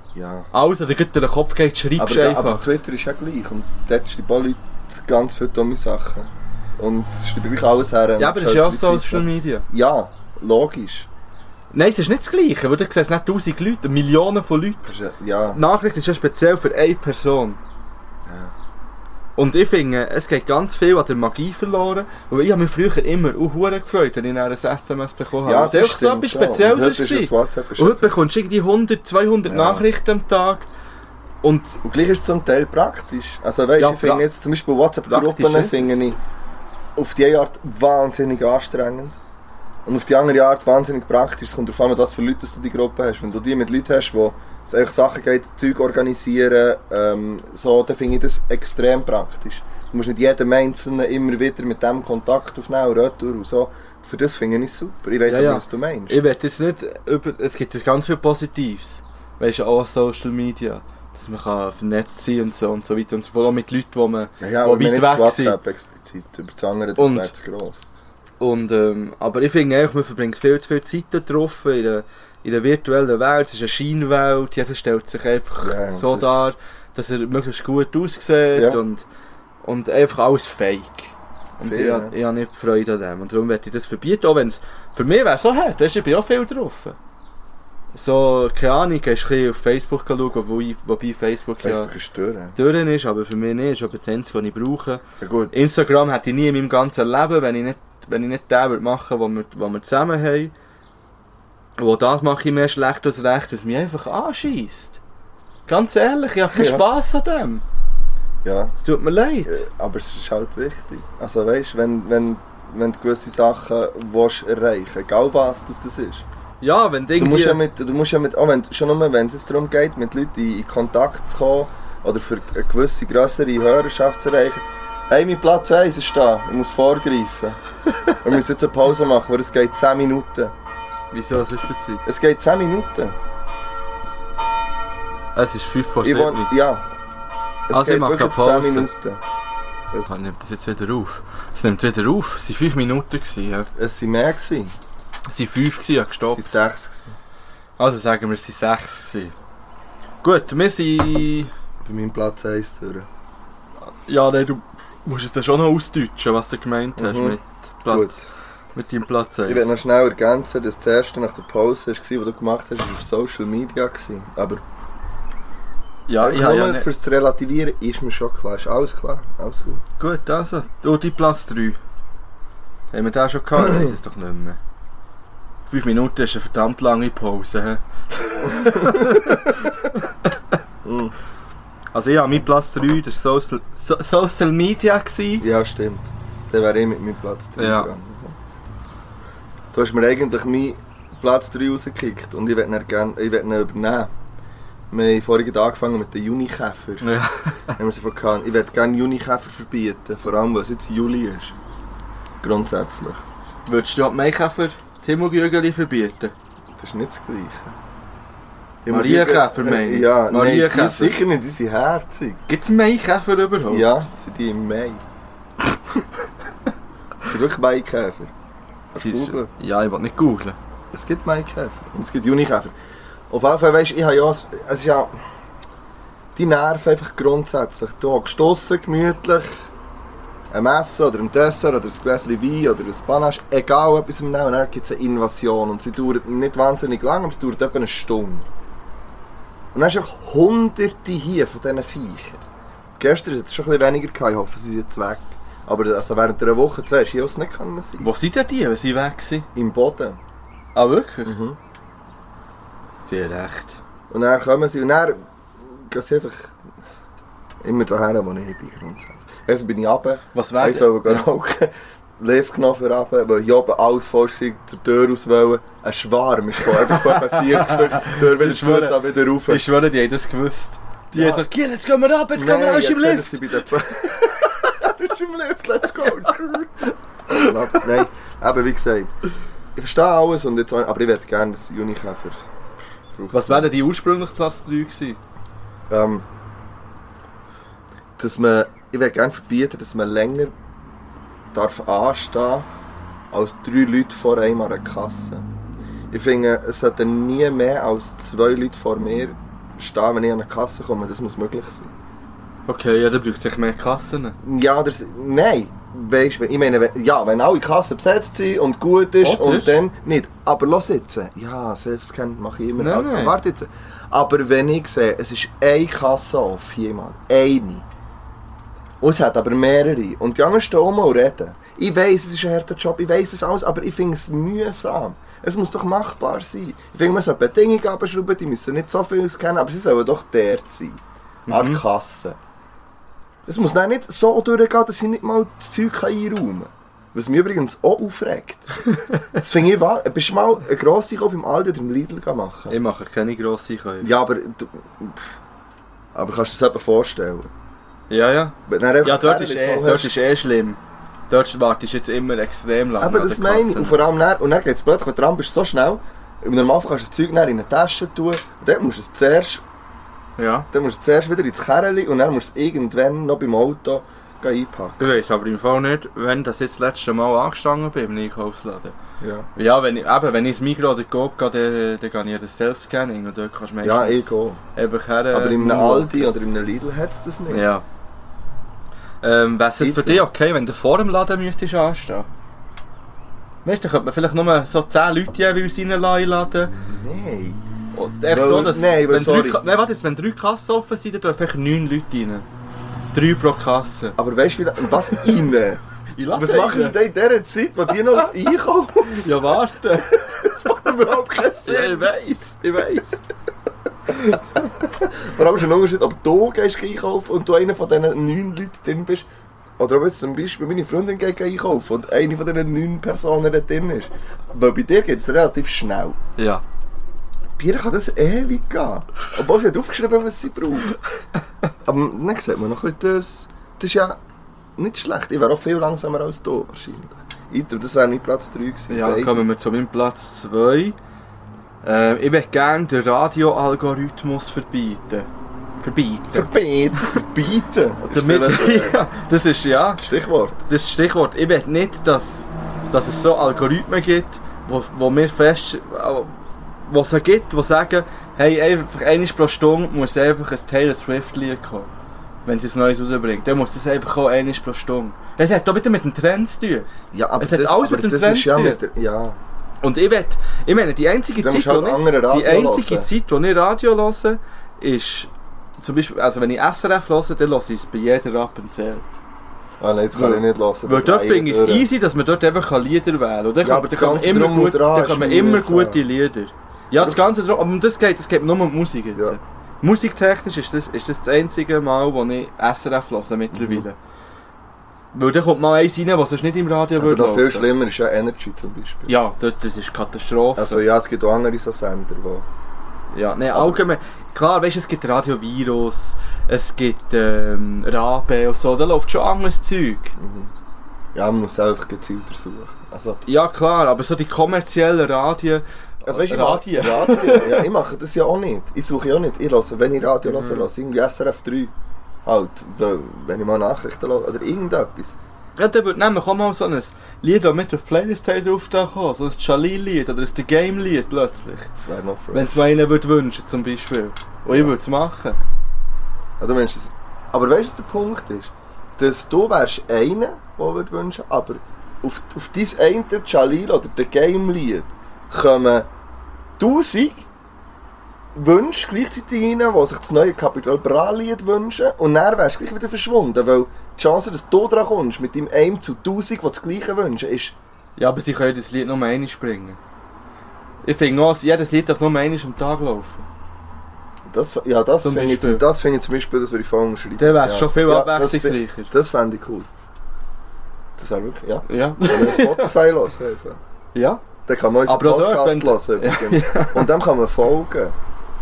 Ja. Alles, was dir gut durch den Kopf geht, schreibst du einfach. Aber Twitter ist ja gleich. Und dort schreiben auch Leute ganz viele dumme Sachen. Und es schreiben gleich alles her. Ja, aber das ist ja auch Social Media. Ja, logisch. Nein, es ist nicht das Gleiche, weil du siehst nicht 1000 Leute, Millionen von Leuten. Ja. Die Nachricht ist ja speziell für eine Person. Ja. Und ich finde, es geht ganz viel an der Magie verloren. Und ich habe mich früher immer gefreut, wenn ich ein SMS bekommen habe. Ja, das ist so etwas Spezielles. Und heute bekommst du irgendwie 100, 200 Nachrichten am Tag. Und gleich ist es zum Teil praktisch. Also weißt, ich finde jetzt zum Beispiel WhatsApp-Gruppen finde ich auf die Art wahnsinnig anstrengend. Und auf die andere Art wahnsinnig praktisch. Es kommt darauf an, was für Leute du die Gruppe hast. Wenn du die mit Leuten hast, die es einfach Sachen geht, Zeug organisieren, so, dann finde ich das extrem praktisch. Du musst nicht jedem Einzelnen immer wieder mit dem Kontakt aufnehmen, retour und so. Für das finde ich super. Ich weiss auch, was du meinst. Ich will jetzt nicht es gibt ganz viel Positives. Weißt du, auch Social Media. Dass man vernetzt sein und so weiter und so fort. Auch mit Leuten, die man weit weg sind. WhatsApp explizit. Über das andere, das wäre zu gross. Aber ich finde einfach, man verbringt viel zu viel Zeit da drauf, in der virtuellen Welt. Es ist eine Scheinwelt, jeder stellt sich einfach so dar, dass er möglichst gut aussieht und einfach alles fake. Und ich habe nicht Freude an dem. Und darum möchte ich das verbieten, auch wenn es für mich wäre so hart, ich bin auch viel drauf. So, keine Ahnung, gehst du auf Facebook schauen, wobei Facebook ist durch ist, aber für mich nicht, ist aber das Einzige, was ich brauche. Ja, gut. Instagram hätte ich nie in meinem ganzen Leben, wenn ich nicht den machen würde, was wir zusammen haben. Wo das mache ich mehr schlecht als recht, was mich einfach anscheisst. Ganz ehrlich, ich habe keinen Spass an dem. Ja. Es tut mir leid. Aber es ist halt wichtig. Also weißt, wenn du gewisse Sachen willst erreichen, egal was das ist. Ja, wenn du musst ja mit, auch wenn es darum geht, mit Leuten in Kontakt zu kommen oder für eine gewisse grössere Hörerschaft zu erreichen. Hey, mein Platz 1 ist da, ich muss vorgreifen. Wir müssen jetzt eine Pause machen, weil es geht 10 Minuten. Wieso, was ist für Zeit? Es geht 10 Minuten. Es ist 5 vor 7. Ja. Es also geht wirklich 10 Minuten. Ich nehme das jetzt wieder auf. Es nimmt wieder auf. Es waren 5 Minuten. Ja. Es waren mehr. Es waren 5, ich habe gestoppt. Es waren 6. Also sagen wir, es waren 6. Gut, wir sind... Bei meinem Platz 1 durch. Ja, nein, du musst es dann schon noch ausdeutschen, was du gemeint hast mit deinem Platz 1. Ich will noch schnell ergänzen, dass das erste nach der Pause war, was du gemacht hast, war auf Social Media. Aber nur fürs zu relativieren ist mir schon klar. Ist alles klar, alles gut. Gut, also, du, dein Platz 3. Haben wir den schon gehabt? Ich weiss es doch nicht mehr. 5 Minuten ist eine verdammt lange Pause. Also ja, mein Platz 3, das war Social Media. Ja, stimmt. Dann wäre ich mit meinem Platz 3 gegangen. Du hast mir eigentlich meinen Platz 3 rausgekickt und ich will ihn übernehmen. Wir haben vorhin angefangen mit den Junikäfer. Ja. Ich würde gerne Junikäfer verbieten, vor allem weil es jetzt Juli ist. Grundsätzlich. Würdest du auch Maikäfer Himmelgügeli verbieten? Das ist nicht das Gleiche. Marienkäfer meine ich? Ja, Marienkäfer. Nein, sicher nicht, die sind herzig. Gibt es Maikäfer überhaupt? Ja, sind die im Mai. Es gibt wirklich Maikäfer. Ja, ich will nicht googlen. Es gibt Maikäfer und es gibt Junikäfer. Auf jeden Fall, weisst, es ist ja... Die nerven einfach grundsätzlich. Du hockst draussen gemütlich, ein Messer oder ein Dessert oder ein Gläschen Wein oder ein Panache, egal etwas im Nehmen, und dann gibt es eine Invasion und sie dauert nicht wahnsinnig lang, aber sie dauert etwa eine Stunde. Und dann hast du einfach hunderte hier von diesen Viechern. Gestern war es schon ein bisschen weniger, ich hoffe, sie sind jetzt weg. Aber also während einer Woche, 2, hast du es nicht sein. Wo sind denn die, wenn sie weg sind? Im Boden. Ah, wirklich? Mhm. Ja, recht. Und dann kommen sie und dann gehen sie einfach immer daher, wo ich bin, grundsätzlich. Also bin ich runter, was wäre? Ich wollte rauchen, Lift genommen für runter, weil hier oben alles voll war, zur Tür aus wollen. Ein Schwarm ist voll, einfach von etwa 40 Stück, die Tür wieder zu, dann wieder rauf. Ich schwöre, die haben das gewusst. Die haben so, jetzt gehen wir runter, jetzt gehen wir raus im Lift. Du bist im Lift, let's go. Nein, aber wie gesagt, ich verstehe alles, und jetzt, aber ich möchte gerne das Junikäfer. Was wäre denn die ursprüngliche Platz 3 gewesen? Ich würde gerne verbieten, dass man länger darf anstehen als 3 Leute vor einem an der Kasse. Ich finde, es sollten nie mehr als 2 Leute vor mir stehen, wenn ich an eine Kasse komme. Das muss möglich sein. Okay, ja, dann braucht sich mehr Kassen. Ja, nein. Weißt du, ich meine, wenn alle Kassen besetzt sind und gut ist und dann nicht. Aber lass jetzt. Ja, Selfscan mache ich immer. Nein. Warte jetzt. Aber wenn ich sehe, es ist eine Kasse auf, jemand. Eine. Und es hat aber mehrere. Und die anderen stehen und reden. Ich weiss, es ist ein harter Job, ich weiss es alles, aber ich finde es mühsam. Es muss doch machbar sein. Ich finde, man soll Bedingungen abschrauben, die müssen nicht so viel kennen, aber sie sollen doch dort sein. An der Kasse. Es muss dann nicht so durchgehen, dass ich nicht mal das Zeug einräumen kann. Was mich übrigens auch aufregt. Das finde ich wahr. Bist du mal einen grossen Einkauf im Aldi oder im Lidl machen? Ich mache keine grossen Einkäufe. Ja, aber kannst du dir das eben vorstellen? Ja. Ja, dort ist schlimm. Dort wartest du jetzt immer extrem lange. Aber das meine ich. Und vor allem dann geht es plötzlich, wenn du dran bist, so schnell. Im Normalfall kannst du das Zeug in eine Tasche tun. Und dann musst du es zuerst... Ja. Dann musst du zuerst wieder ins Kerrli und dann musst du es irgendwann noch beim Auto einpacken. Du weißt aber im Fall nicht, wenn das jetzt das letzte Mal angestanden bin im Einkaufsladen. Ja. Ja, wenn ich ins Migros oder Coop gehe, dann gehe ich das Self-Scanning und dort kannst du ja, ich gehe. Aber in einem Aldi oder in einem Lidl hat es das nicht. Ja. Wäre es für dich okay, wenn du vor dem Laden müsstest anstehen? Weißt du, dann könnte man vielleicht nur so 10 Leute jeweils reinladen. Nein. Und so, dass wenn 3 Kassen offen sind, dann dürfen einfach 9 Leute rein. 3 pro Kasse. Aber weißt du, was rein? Was machen sie denn in dieser Zeit, wo die noch einkaufen? Ja, warte. Das macht überhaupt keinen Sinn. Ja, ich weiss. Vor allem ist ein Unterschied, ob du gehst einkaufen und du einer von diesen 9 Leuten drin bist. Oder ob jetzt zum Beispiel meine Freundin geht einkaufen und eine von diesen 9 Personen da drin ist. Weil bei dir geht es relativ schnell. Ja. Bei ihr kann das ewig gehen. Obwohl sie hat aufgeschrieben, was sie braucht. Aber dann sieht man noch ein bisschen das. Das ist ja nicht schlecht. Ich wäre auch viel langsamer als du wahrscheinlich. Ich glaube, das wäre mein Platz 3 gewesen. Ja, kommen wir zu meinem Platz 2. Ich möchte gerne den Radioalgorithmus verbieten. Verbieten? Damit, ja, das ist ja... Stichwort. Das ist Stichwort. Ich will nicht, dass es so Algorithmen gibt, wo wir was es gibt, die sagen, hey, einfach einmal pro Stunde muss einfach ein Taylor Swift-Lied kommen. Wenn sie ein neues rausbringt. Dann muss das einfach kommen, einmal pro Stunde. Das hat doch wieder mit dem Trend zu tun. Ja, aber es hat alles mit dem Trend zu tun. Ja. Und ich meine, die einzige Zeit, wo ich Radio höre, ist zum Beispiel, also wenn ich SRF höre, dann höre ich es bei jeder Rappenzelt. Ah nein, jetzt kann ich nicht hören. Weil dort finde ich es easy, dass man dort einfach Lieder wählen kann. Ja, aber da kommen immer gute Lieder. Ja, das Ganze drum, aber das geht nur um Musik jetzt. Ja. Musiktechnisch ist das einzige Mal, wo ich SRF höre mittlerweile. Weil da kommt mal eins rein, was sonst nicht im Radio würde. Aber noch viel schlimmer ist ja Energy zum Beispiel. Ja, das ist Katastrophe. Also ja, es gibt auch andere so Sender, wo... Ja, nein, allgemein. Klar, weißt du, es gibt Radio Virus, es gibt Rabe und so, da läuft schon anderes Zeug. Ja, man muss einfach gezielter suchen. Also, ja klar, aber so die kommerziellen Radien... Also weißt du, Radio. Ja, ich mache das ja auch nicht. Ich suche ja auch nicht. Ich höre, wenn ich Radio höre, irgendwie SRF 3. Halt, wenn ich mal Nachrichten höre oder irgendetwas. Ja, dann würde nämlich auch mal so ein Lied, das mit auf die Playlist drauf da kommen, so ein Jalil-Lied oder ein The Game-Lied plötzlich. Das wäre noch fresh. Wenn es mir einen würde wünschen zum Beispiel. Und ich würde es machen. Ja, du meinst das. Aber weißt du, was der Punkt ist? Dass du wärst einer, der würde wünschen, aber auf dein eine Jalil oder The Game-Lied kommen 1000 Wünsche gleichzeitig rein, die sich das neue Capital Bra-Lied wünschen, und dann wärst du gleich wieder verschwunden, weil die Chance, dass du dran kommst mit deinem 1 zu 1000, die das gleiche wünschen, ist... Ja, aber sie können das Lied nur einmal springen. Ich finde auch, jedes Lied darf nur einmal am Tag laufen. Das finde ich zum Beispiel, das würde ich voll unterschreiben. Dann wäre es schon viel abwechslungsreicher. Das fände ich cool. Das wäre wirklich, ja. Wenn wir Spotify hören. Ja. Dann kann man unseren Podcast hören übrigens. Ja. Und dem kann man folgen.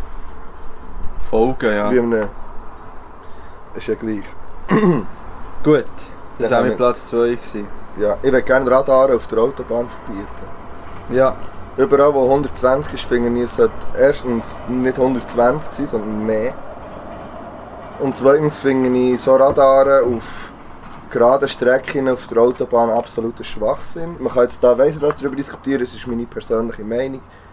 Ja. Wie einem... Ist ja gleich. Gut, das war mein Platz 2 gewesen. Ja, ich würde gerne Radar auf der Autobahn verbieten. Ja. Überall wo 120 ist, finde ich, es sollte erstens nicht 120 sein, sondern mehr. Und zweitens finde ich so Radare auf geraden Strecken auf der Autobahn absoluter Schwachsinn. Man kann jetzt da weiss was darüber diskutieren, das ist meine persönliche Meinung.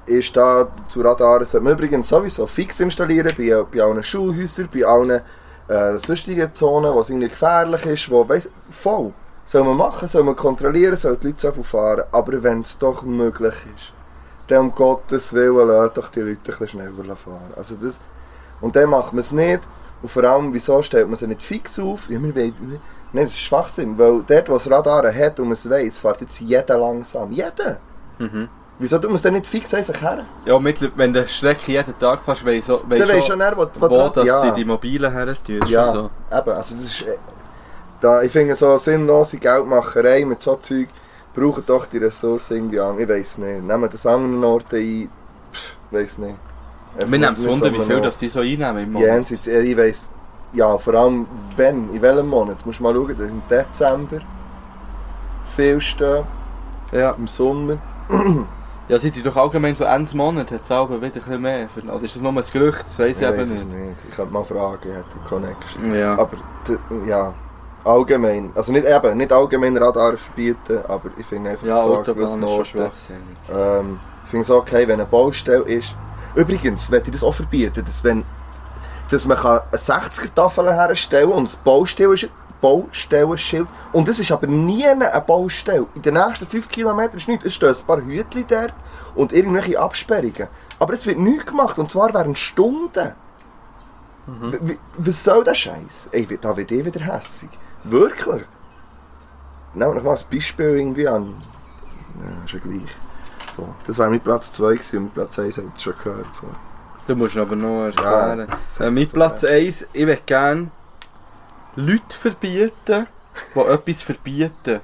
ist da zu Radaren, sollte man übrigens sowieso fix installieren, bei allen Schulhäusern, bei allen sonstigen Zonen, wo es irgendwie gefährlich ist, wo, weiss, voll. Soll man machen, soll man kontrollieren, soll die Leute so fahren. Aber wenn es doch möglich ist, dann um Gottes Willen lasst doch die Leute ein bisschen schneller fahren. Also das, und dann macht man es nicht. Und vor allem, wieso stellt man sie nicht fix auf? Ja, wir wollen, nein, das ist Schwachsinn, weil dort, wo es Radare hat und man es weiss, fährt jetzt jeder langsam. Jeder! Mhm. Wieso tut man es dann nicht fix einfach her? Ja, wenn du Strecke jeden Tag fährst, weisst du schon, wo sie die Mobilen her tun. Ja, so. Eben, also das ist... ich finde so sinnlose Geldmacherei mit so Zeug, brauchen doch die Ressourcen irgendwie an. Ich weiss nicht. Nehmen das an anderen Orten ein? Weiss nicht. Wir nehmen es Wunder, wie viel das die so einnehmen im Monat. Jenseits, ich weiss... Ja, vor allem in welchem Monat? Du musst mal schauen, im Dezember. Viel stehen. Ja. Im Sommer. Ja, sind die doch allgemein so Ende Monat, hat es auch wieder ein bisschen mehr. Oder ist das nur ein Gerücht? Das weiss ich eben nicht. Ich könnte mal fragen, ich hätte Connection. Ja. Aber, ja, allgemein. Also nicht allgemein Radar verbieten, aber ich finde einfach ja, so Autobahn ist schon schwachsinnig. Ich finde es okay, wenn eine Baustelle ist. Übrigens, möchte ich das auch verbieten, dass man eine 60er-Tafel herstellen kann und das Baustellenschild. Und es ist aber nie eine Baustelle. In den nächsten 5 Kilometern ist nichts. Es stehen ein paar Hütchen dort und irgendwelche Absperrungen. Aber es wird nichts gemacht, und zwar während Stunden. Mhm. Was soll der Scheiß? Da wird wieder hässig. Wirklich. Nehmen wir noch mal ein Beispiel irgendwie an. Ja, ist ja gleich. So. Das war mein Platz 2 gewesen, und mein Platz 1 habt ihr schon gehört. Du musst aber noch erklären. Ja, mein Platz 1, ich würde gerne Leute verbieten, die etwas verbieten.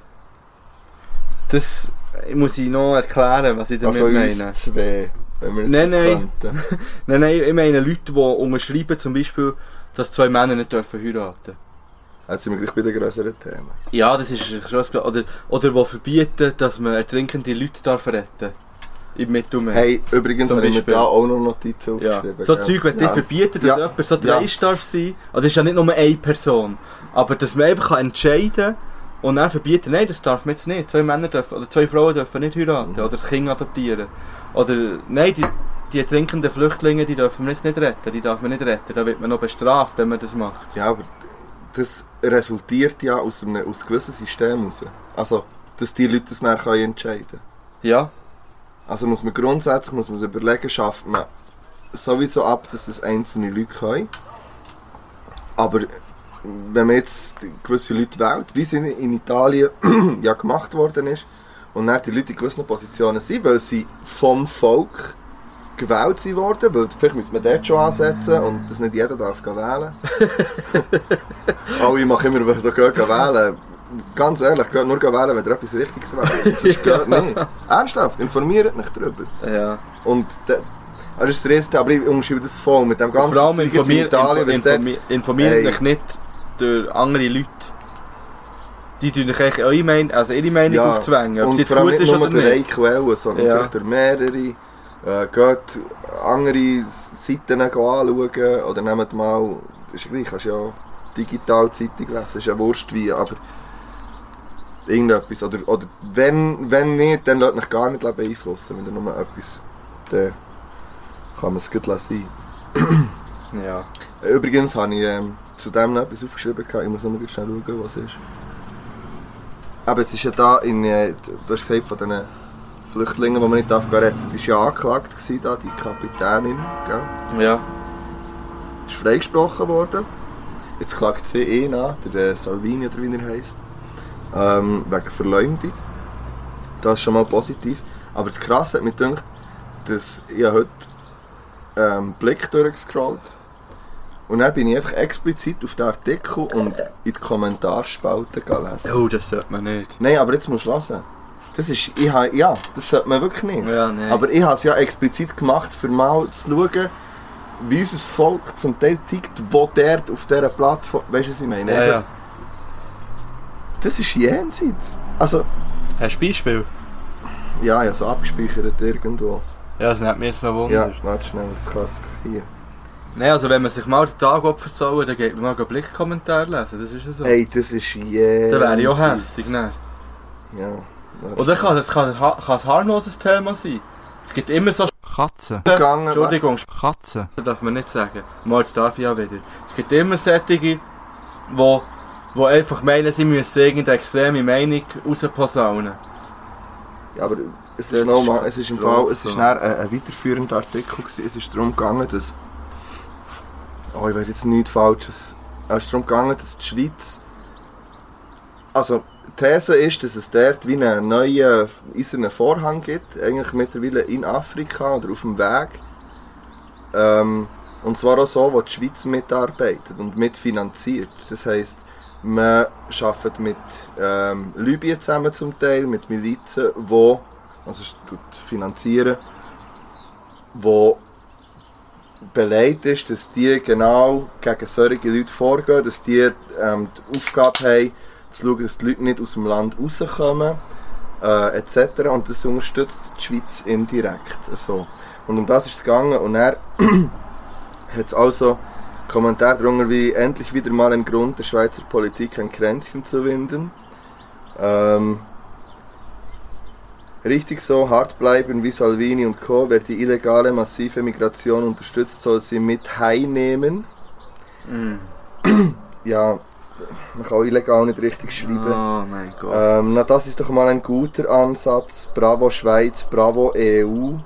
Das muss ich noch erklären, was ich damit meine. Zwei, wenn wir nein, ich meine Leute, die unterschreiben, zum Beispiel, dass 2 Männer nicht heiraten dürfen. Jetzt sind wir gleich bei den grösseren Themen. Ja, das ist schon klar. Oder die verbieten, dass man ertrinkende Leute retten darf. Im Mittelmeer. Hey, übrigens habe ich mir da auch noch Notizen aufgeschrieben. Ja. So Zeug, wenn die verbieten, dass jemand so dreist darf sein. Also das ist ja nicht nur eine Person. Aber dass man einfach entscheiden kann und dann verbieten, nein, das darf man jetzt nicht. 2 Männer dürfen, oder 2 Frauen dürfen nicht heiraten oder das Kind adoptieren. Oder nein, die ertrinkenden Flüchtlinge, die dürfen wir jetzt nicht retten. Die darf man nicht retten. Da wird man noch bestraft, wenn man das macht. Ja, aber das resultiert ja aus einem gewissen System heraus. Also, dass die Leute das nachher entscheiden können. Ja. Also muss man grundsätzlich überlegen, schafft man sowieso ab, dass das einzelne Leute können. Aber wenn man jetzt gewisse Leute wählt, wie es in Italien ja gemacht worden ist, und dann die Leute in gewissen Positionen sind, weil sie vom Volk gewählt sind worden, weil vielleicht müssen wir dort schon ansetzen und dass nicht jeder darf wählen. Alle machen immer so wählen. Ganz ehrlich, geht nur wählen, wenn ihr etwas Richtiges wählt. Sonst geht nicht. Ernsthaft, informiert mich darüber. Ja. Und das ist das Riesen, aber ich unterschreibe das voll mit dem ganzen Zeug in Italien. Informiert mich nicht durch andere Leute. Die tun euch eigentlich ihre Meinung aufzwängen, ob es jetzt gut ist oder nicht. Und vor allem nicht nur durch eine Quelle, sondern vielleicht durch mehrere. Geht andere Seiten anschauen oder nehmt mal, ist ja gleich, kannst ja digital Zeitung lesen, ist ja wurscht wie, aber irgendetwas, oder wenn nicht, dann lasst euch gar nicht beeinflussen, wenn ihr nur etwas, dann kann man es gut lassen. Ja. Übrigens habe ich zu dem noch etwas aufgeschrieben, ich muss nur schnell schauen, was es ist. Aber jetzt ist ja da, du hast gesagt, von diesen Flüchtlingen, die man nicht retten darf, die war ja angeklagt, die Kapitänin, gell? Ja. Ist freigesprochen worden. Jetzt klagt sie ihn an, der Salvini oder wie er heisst, wegen Verleumdung. Das ist schon mal positiv. Aber das Krasse hat mich gedacht, dass ich heute Blick durchgescrollt und dann bin ich einfach explizit auf den Artikel und in die Kommentarspalte gelesen. Oh, das sollte man nicht. Nein, aber jetzt musst du hören. Das sollte man wirklich nicht. Ja, nee. Aber ich habe es ja explizit gemacht, für mal zu schauen, wie unser Volk zum Teil tickt, wo der auf dieser Plattform... Weißt du, was ich meine? Ja. Das ist jenseits. Also... Hast du Beispiel? Ja, so abgespeichert irgendwo. Ja, das nimmt mich jetzt noch Wunder. Ja, warte schnell, das kann es hier. Nein, also wenn man sich mal den Tag versauen, dann geht man mal einen Blickkommentar lesen, das ist ja so. Ey, das ist jenseits. Da wäre ich auch hässlich, ne? Ja. Oder kann es ein harmloses Thema sein. Es gibt immer so... Katzen. gegangen. Entschuldigung, Katzen. Das darf man nicht sagen. Mal, jetzt darf ich ja wieder. Es gibt immer solche, die einfach meinen, sie müssen irgendeine extreme Meinung rausposaunen. Ja, aber es Das ist nochmal, ist es ist im so. Fall, es ist dann ein weiterführender Artikel gewesen. Es ist darum gegangen, dass, oh, ich weiß jetzt nichts Falsches, es ist darum gegangen, dass die Schweiz, also die These ist, dass es dort wie einen neuen eisernen Vorhang gibt, eigentlich mittlerweile in Afrika oder auf dem Weg. Und zwar auch so, wo die Schweiz mitarbeitet und mitfinanziert. Das heisst, man arbeitet mit Libyen zusammen zum Teil, mit Milizen, die finanzieren, wo beleidigt ist, dass die genau gegen solche Leute vorgehen, dass die die Aufgabe haben, zu schauen, dass die Leute nicht aus dem Land rauskommen, etc. Und das unterstützt die Schweiz indirekt. So. Und um das ist es gegangen. Und er hat es also Kommentar darunter wie endlich wieder mal ein Grund der Schweizer Politik ein Kränzchen zu winden. Richtig so, hart bleiben wie Salvini und Co. Wer die illegale, massive Migration unterstützt, soll sie mit heimnehmen. Ja, man kann auch illegal nicht richtig schreiben. Oh mein Gott. Na, das ist doch mal ein guter Ansatz. Bravo Schweiz, bravo EU.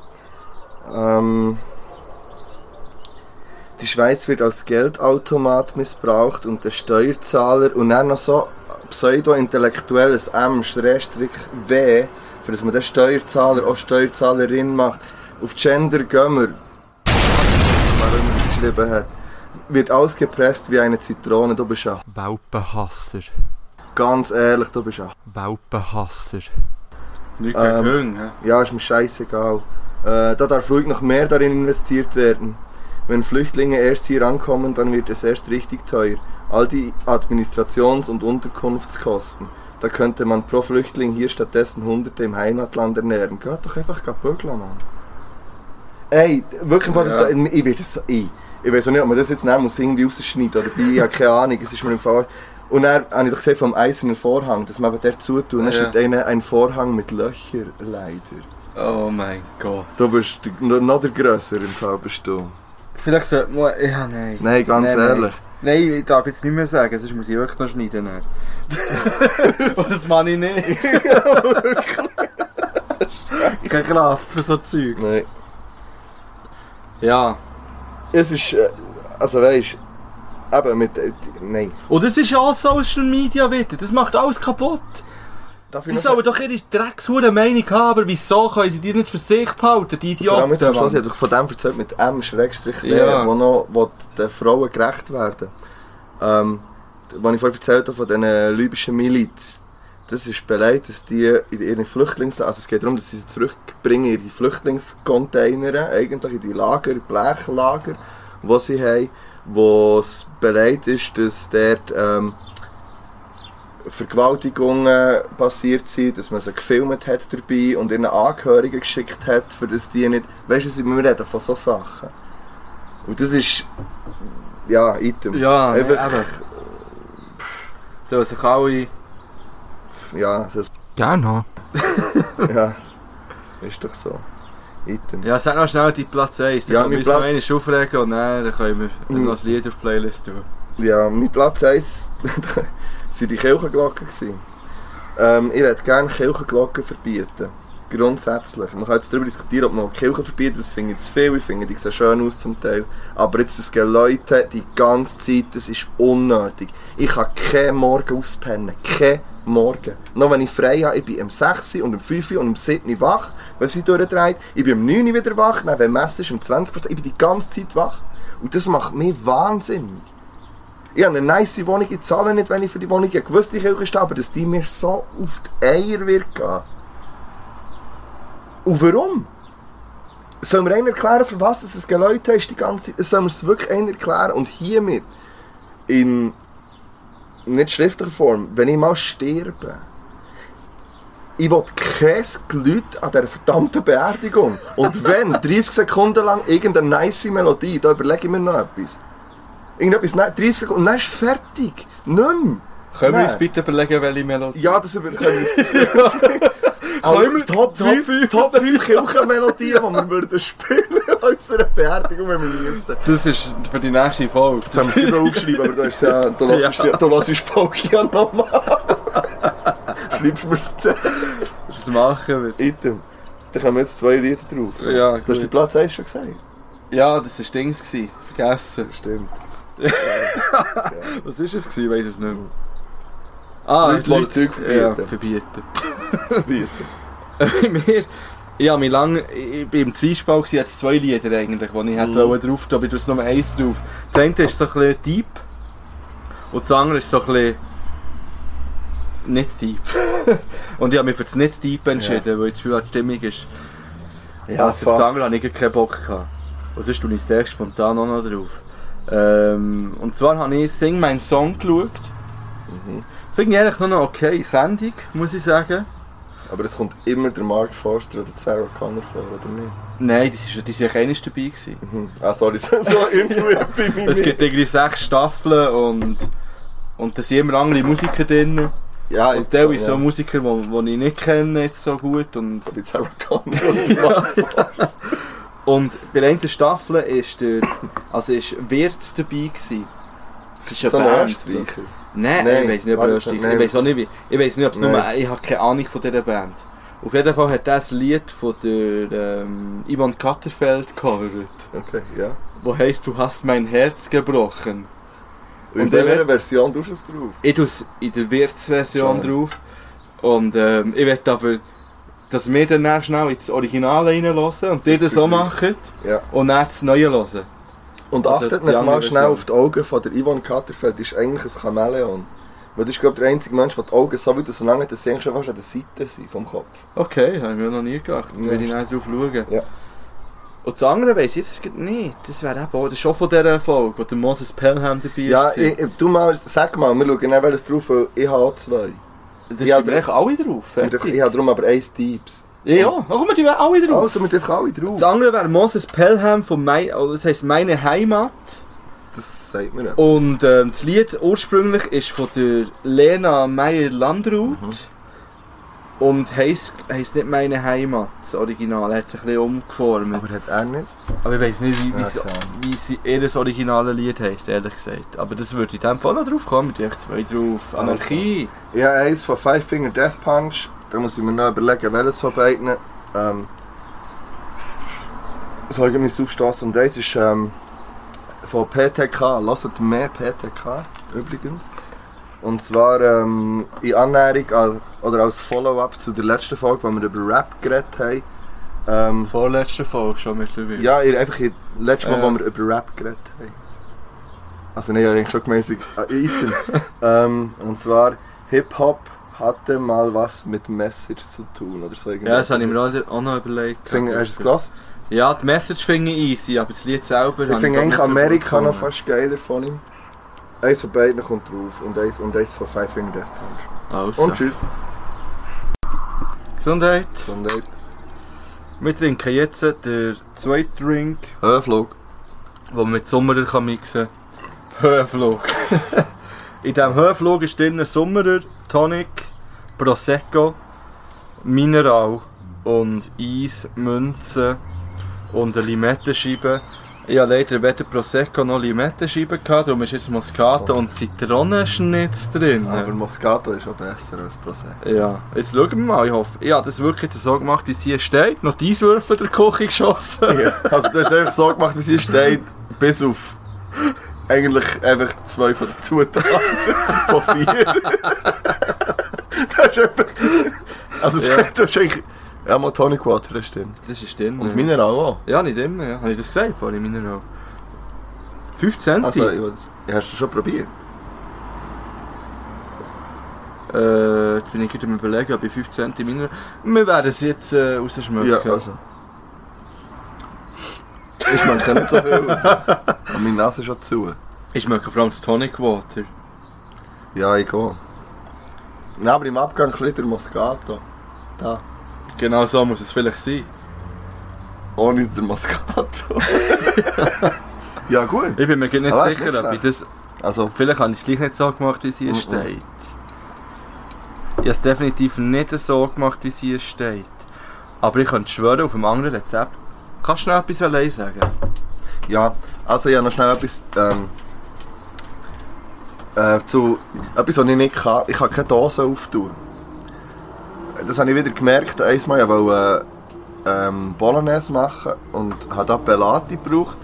Die Schweiz wird als Geldautomat missbraucht und der Steuerzahler und dann noch so pseudo-intellektuelles M-W, für dass man den Steuerzahler auch Steuerzahlerin macht. Auf Gender gehen wir, warum er das geschrieben hat, wird ausgepresst wie eine Zitrone, du bist ein Welpenhasser. ganz ehrlich, du bist ein Welpenhasser. Nicht gegen Hunde, hä? ja, ist mir scheißegal. Da darf ruhig noch mehr darin investiert werden. Wenn Flüchtlinge erst hier ankommen, dann wird es erst richtig teuer. All die Administrations- und Unterkunftskosten. Da könnte man pro Flüchtling hier stattdessen Hunderte im Heimatland ernähren. Geht doch einfach bügeln, Mann. Ey, wirklich, Ja. ich werde so... Ich weiß auch nicht, ob man das jetzt nehmen muss, irgendwie rausschneiden oder ich habe keine Ahnung, es ist mir im Fall... Und dann habe ich doch gesehen vom eisernen Vorhang, dass man eben dort zutun. Dann Ja. steht ein Vorhang mit Löchern, leider. Oh mein Gott. Du bist noch der Grösser im Fall, bist du. Vielleicht sollte man... Ja, nein. Nein, ganz ehrlich. Nein, ich darf jetzt nicht mehr sagen, sonst muss ich wirklich noch schneiden. Und das mache ich nicht. Keine Kraft für so Zeug. Nein. Ja. Es ist... also weisst eben mit... nein. Und das ist ja auch Social Media wieder, das macht alles kaputt. Darf ich Die noch sollen doch ihre dreckshure Meinung haben, aber wieso können sie die nicht für sich behalten, die vor allem Idioten, jetzt am Schluss, ich Mann? habe doch von dem erzählt mit M-W, Ja. wo den Frauen gerecht werden. Was ich vorhin erzählt habe von diesen libyschen Miliz. Das ist beleidigt, dass die in ihren also es geht darum, dass sie sie zurückbringen in die Flüchtlingscontainer, eigentlich in die Lager, Blechlager, die sie haben, wo es beleidigt ist, dass dort Vergewaltigungen passiert sind, dass man sie gefilmt hat dabei und ihren Angehörigen geschickt hat, für das die nicht... Weißt du, wir reden von so Sachen. Und das ist... ja, Item. Ja, nee, einfach... eben. Sollen sich alle... ja, das, Gerne haben. ja, ist doch so. Item. Ja, sag noch schnell die Platz 1, dann Ja, können wir mein uns noch Platz- einmal aufregen und dann können wir noch ein Lied auf die Playlist tun. Ja, mein Platz 1 sind die Kirchenglocken gewesen. Ich würde gerne Kirchenglocken verbieten. Grundsätzlich. Man kann jetzt darüber diskutieren, ob man Kirchen verbietet, das finde ich zu viel, ich finde, die sehen schön aus zum Teil. Aber jetzt das Geläute die ganze Zeit, das ist unnötig. Ich kann keinen Morgen auspennen, keinen Morgen. Noch wenn ich frei habe, ich bin um 6 und um 5 und um 7 wach, wenn sie durchdreht. Ich bin um 9 wieder wach, dann wenn Messe ist um 20%, ich bin die ganze Zeit wach. Und das macht mich wahnsinnig. Ich habe eine nice Wohnung, ich zahle nicht, wenn ich für die Wohnung eine gewusste Kirche stehe, aber dass die mir so auf die Eier wird gehen. Und warum? Soll mir einer erklären, für was das Geläute ist die ganze Zeit? Soll mir es wirklich einer erklären? Und hiermit, in nicht schriftlicher Form, wenn ich mal sterbe, ich will kein Gelüt an dieser verdammten Beerdigung. Und wenn 30 Sekunden lang irgendeine nice Melodie, da überlege ich mir noch etwas. Irgendetwas, 30 Sekunden, und dann ist es fertig. Nicht mehr. Können wir Nein. uns bitte überlegen, welche Melodie? Ja, das können wir uns Top 5 Kirchenmelodien, die wir würden spielen an unserer Beerdigung, wenn wir müssten. Das ist für die nächste Folge. Das haben wir es nicht aufschreiben, aber du hörst die Folge ja nochmal. Schreibst mir es dann. Das machen wir. Item. Da kommen jetzt 2 Lieder drauf. Ja, du hast den Platz 1 schon gesagt. Ja, das war Dings. Vergessen. Stimmt. Was war es? Ich weiss es nicht mehr. Leute wollen Zeug verbieten. Ja, verbieten. Ich bin im Zwiespalt, ich hatte 2 Lieder eigentlich, die ich hätte drauf tun, aber ich tue nur 1 drauf. Das eine ist so ein bisschen deep und das andere ist so ein bisschen nicht deep. Und ich habe mich für das nicht deep entschieden, weil ich das Gefühl die Stimmung ist. Ja, für das andere hatte ich keinen Bock gehabt. Und sonst tue ich es spontan auch noch drauf. Und zwar habe ich Sing Mein Song geschaut. Finde ich eigentlich noch eine okay Sendung, muss ich sagen. Aber es kommt immer der Mark Forster oder Sarah Connor vor, oder nicht? Nein, die waren ja keines dabei gewesen. Ah, sorry, so intuitiv bei mir. Es gibt irgendwie 6 Staffeln und da sind immer andere Musiker drin. Ja, und teilweise so Musiker, die ich nicht kenne, jetzt so gut. Und so wie Sarah Connor oder Mark Forster. Und bei der einen Staffel ist Wirtz dabei gewesen. Das ist so ein Österreicher. Nein, ich weiss nicht, ob er Österreicher ist. Ich weiss nicht, ob es nur... Ich habe keine Ahnung von dieser Band. Auf jeden Fall hat er das Lied von der Yvonne Katterfeld gecovert. Okay, ja. Wo heisst «Du hast mein Herz gebrochen». Und in welcher Version tust du es drauf? Ich tue es in der Wirtz-Version drauf. Und ich möchte aber, dass wir dann schnell ins Original reinhören und ihr das so machen. Ja. Und dann das Neue hören. Und also achtet nicht mal schnell auf die Augen von der Yvonne Katterfeld, die ist eigentlich ein Chamäleon. Weil das ist, glaube ich, der einzige Mensch, der die Augen so weit auseinander hat, dass sie eigentlich schon fast an der Seite sind vom Kopf. Okay, habe ich mir noch nie gedacht. Jetzt werde ich nicht drauf schauen. Ja. Und das andere weiss ich jetzt nicht. Das wäre eben auch schon von dieser Folge, wo der Moses Pelham dabei ist. Ja, sag mal, wir schauen nicht welches drauf, weil ich habe 2. Das sind wir echt alle drauf, fertig. Ich habe darum aber 1 Deeps. Ja, kommen wir alle drauf. Also, wir dürfen alle drauf. Das andere wäre Moses Pelham von das heisst «Meine Heimat». Das sagt mir nicht. Und das Lied ursprünglich ist von der Lena Meyer-Landrut. Und heisst nicht «Meine Heimat», das Original. Er hat sich ein bisschen umgeformt. Aber hat er nicht? Aber ich weiss nicht, wie ihr originale Lied heisst, ehrlich gesagt. Aber das würde in dem Fall noch drauf kommen. Mit euch 2 drauf. Anarchie. Ja, eins von Five Finger Death Punch. Da muss ich mir noch überlegen, welches von beiden. Soll ich mich aufstoßen? Und das ist von PTK. Lasst mehr PTK übrigens. Und zwar in Annäherung oder als Follow-up zu der letzten Folge, wo wir über Rap geredet haben. Vorletzte Folge schon mittlerweile. Ja, einfach in letztes Mal, wo wir über Rap geredet haben. Also nein, eigentlich schon gemäßig Item. Und zwar Hip-Hop hatte mal was mit Message zu tun oder so. Ja, das habe ich mir auch noch überlegt. Hast du es gelassen? Ja, die Message finde ich easy, aber das Lied selber... Ich finde eigentlich Amerika noch fast geiler von ihm. Eins von beiden kommt drauf und eins von Five Finger Death Punch. Also. Und tschüss. Gesundheit. Gesundheit. Wir trinken jetzt den zweiten Drink, Höhenflug. den man mit Sommerer mixen kann. Höhenflug. In diesem Höhenflug ist drin Sommerer, Tonic, Prosecco, Mineral und Eis, Münze und eine Limettenscheibe. Ich hatte leider weder Prosecco noch Limettenscheibe, darum ist jetzt Moscato und Zitronenschnitz drin. Aber Moscato ist auch besser als Prosecco. Ja, jetzt schauen wir mal. Ich hoffe, ich habe das wirklich so gemacht, wie es hier steht. Noch die Eiswürfel der Küche geschossen. Ja. Also du hast einfach so gemacht, wie es hier steht, bis auf eigentlich einfach 2 von den Zutaten von 4. Das ist einfach... Also ja. Das ist eigentlich... Ja, mal Tonic Water, das stimmt. Das ist drin. Und Mineral auch? Ja, nicht drin, ja. Habe ich das gesagt vorhin, Mineral? 5 Cent? Also, hast du schon probiert? Jetzt bin ich gerade am überlegen, ob ich 5 Cent Mineral... Wir werden es jetzt rausschmecken. Ja, also. Ich schmecke nicht so viel raus. Aber meine Nase ist schon zu. Ich schmecke vor allem das Tonic Water. Ja, ich gehe. Nein, aber im Abgang ein bisschen der Moscato. Da. Genau so muss es vielleicht sein. Ohne den Moscato. Ja, gut. Ich bin mir nicht aber sicher, ob ich das... Also, vielleicht habe ich es gleich nicht so gemacht, wie es hier steht. habe es definitiv nicht so gemacht, wie es hier steht. Aber ich könnte schwören, auf einem anderen Rezept. Kannst du noch etwas allein sagen? Ja, also ich habe noch schnell etwas zu etwas, was ich nicht kann. Ich kann keine Dose auftun. Das habe ich wieder gemerkt. Einmal wollte ich Bolognese machen und habe da Pelati gebraucht.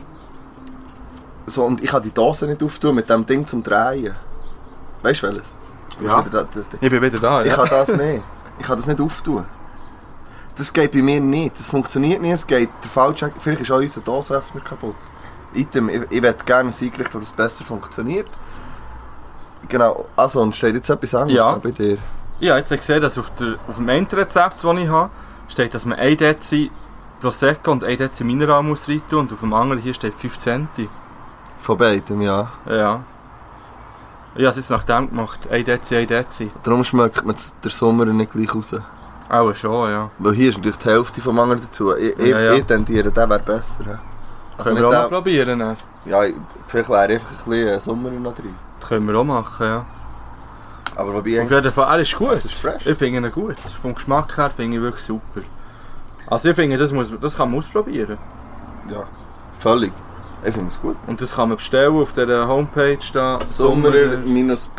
So, und ich kann die Dose nicht auftun mit dem Ding zum Drehen. Weißt du welches? Ja. Ich bin wieder da, ja. Ich kann das nicht. Ich kann das nicht auftun. Das geht bei mir nicht. Das funktioniert nicht. Es geht der falsche. Vielleicht ist auch unser Dosenöffner kaputt. Item, ich möchte gerne ein Eingericht, wo das besser funktioniert. Genau. Also, und steht jetzt etwas anderes bei dir? Ja, jetzt gesehen, dass auf dem Endrezept, das ich habe, steht, dass man 1 Dezi Prosecco und 1 Dezi Mineral muss rein tun, und auf dem anderen hier steht 5 Centi. Von beidem, ja. Ja. Ich habe es jetzt nach dem gemacht. 1 Dezi, 1 Dezi. Darum schmeckt man der Sommer nicht gleich raus. Auch schon, ja. Weil hier ist natürlich die Hälfte vom anderen dazu. Ich tendiere, der wäre besser. Ja. Also können wir auch mal probieren? Dann? Ja, vielleicht wäre einfach ein bisschen Sommer noch drin. Das können wir auch machen, ja. Aber auf jeden Fall, alles ist gut. Es ist fresh. Ich finde ihn gut. Vom Geschmack her finde ich wirklich super. Also ich finde, das kann man ausprobieren. Ja, völlig. Ich finde es gut. Und das kann man bestellen auf der Homepage da. sommerer-bern.ch.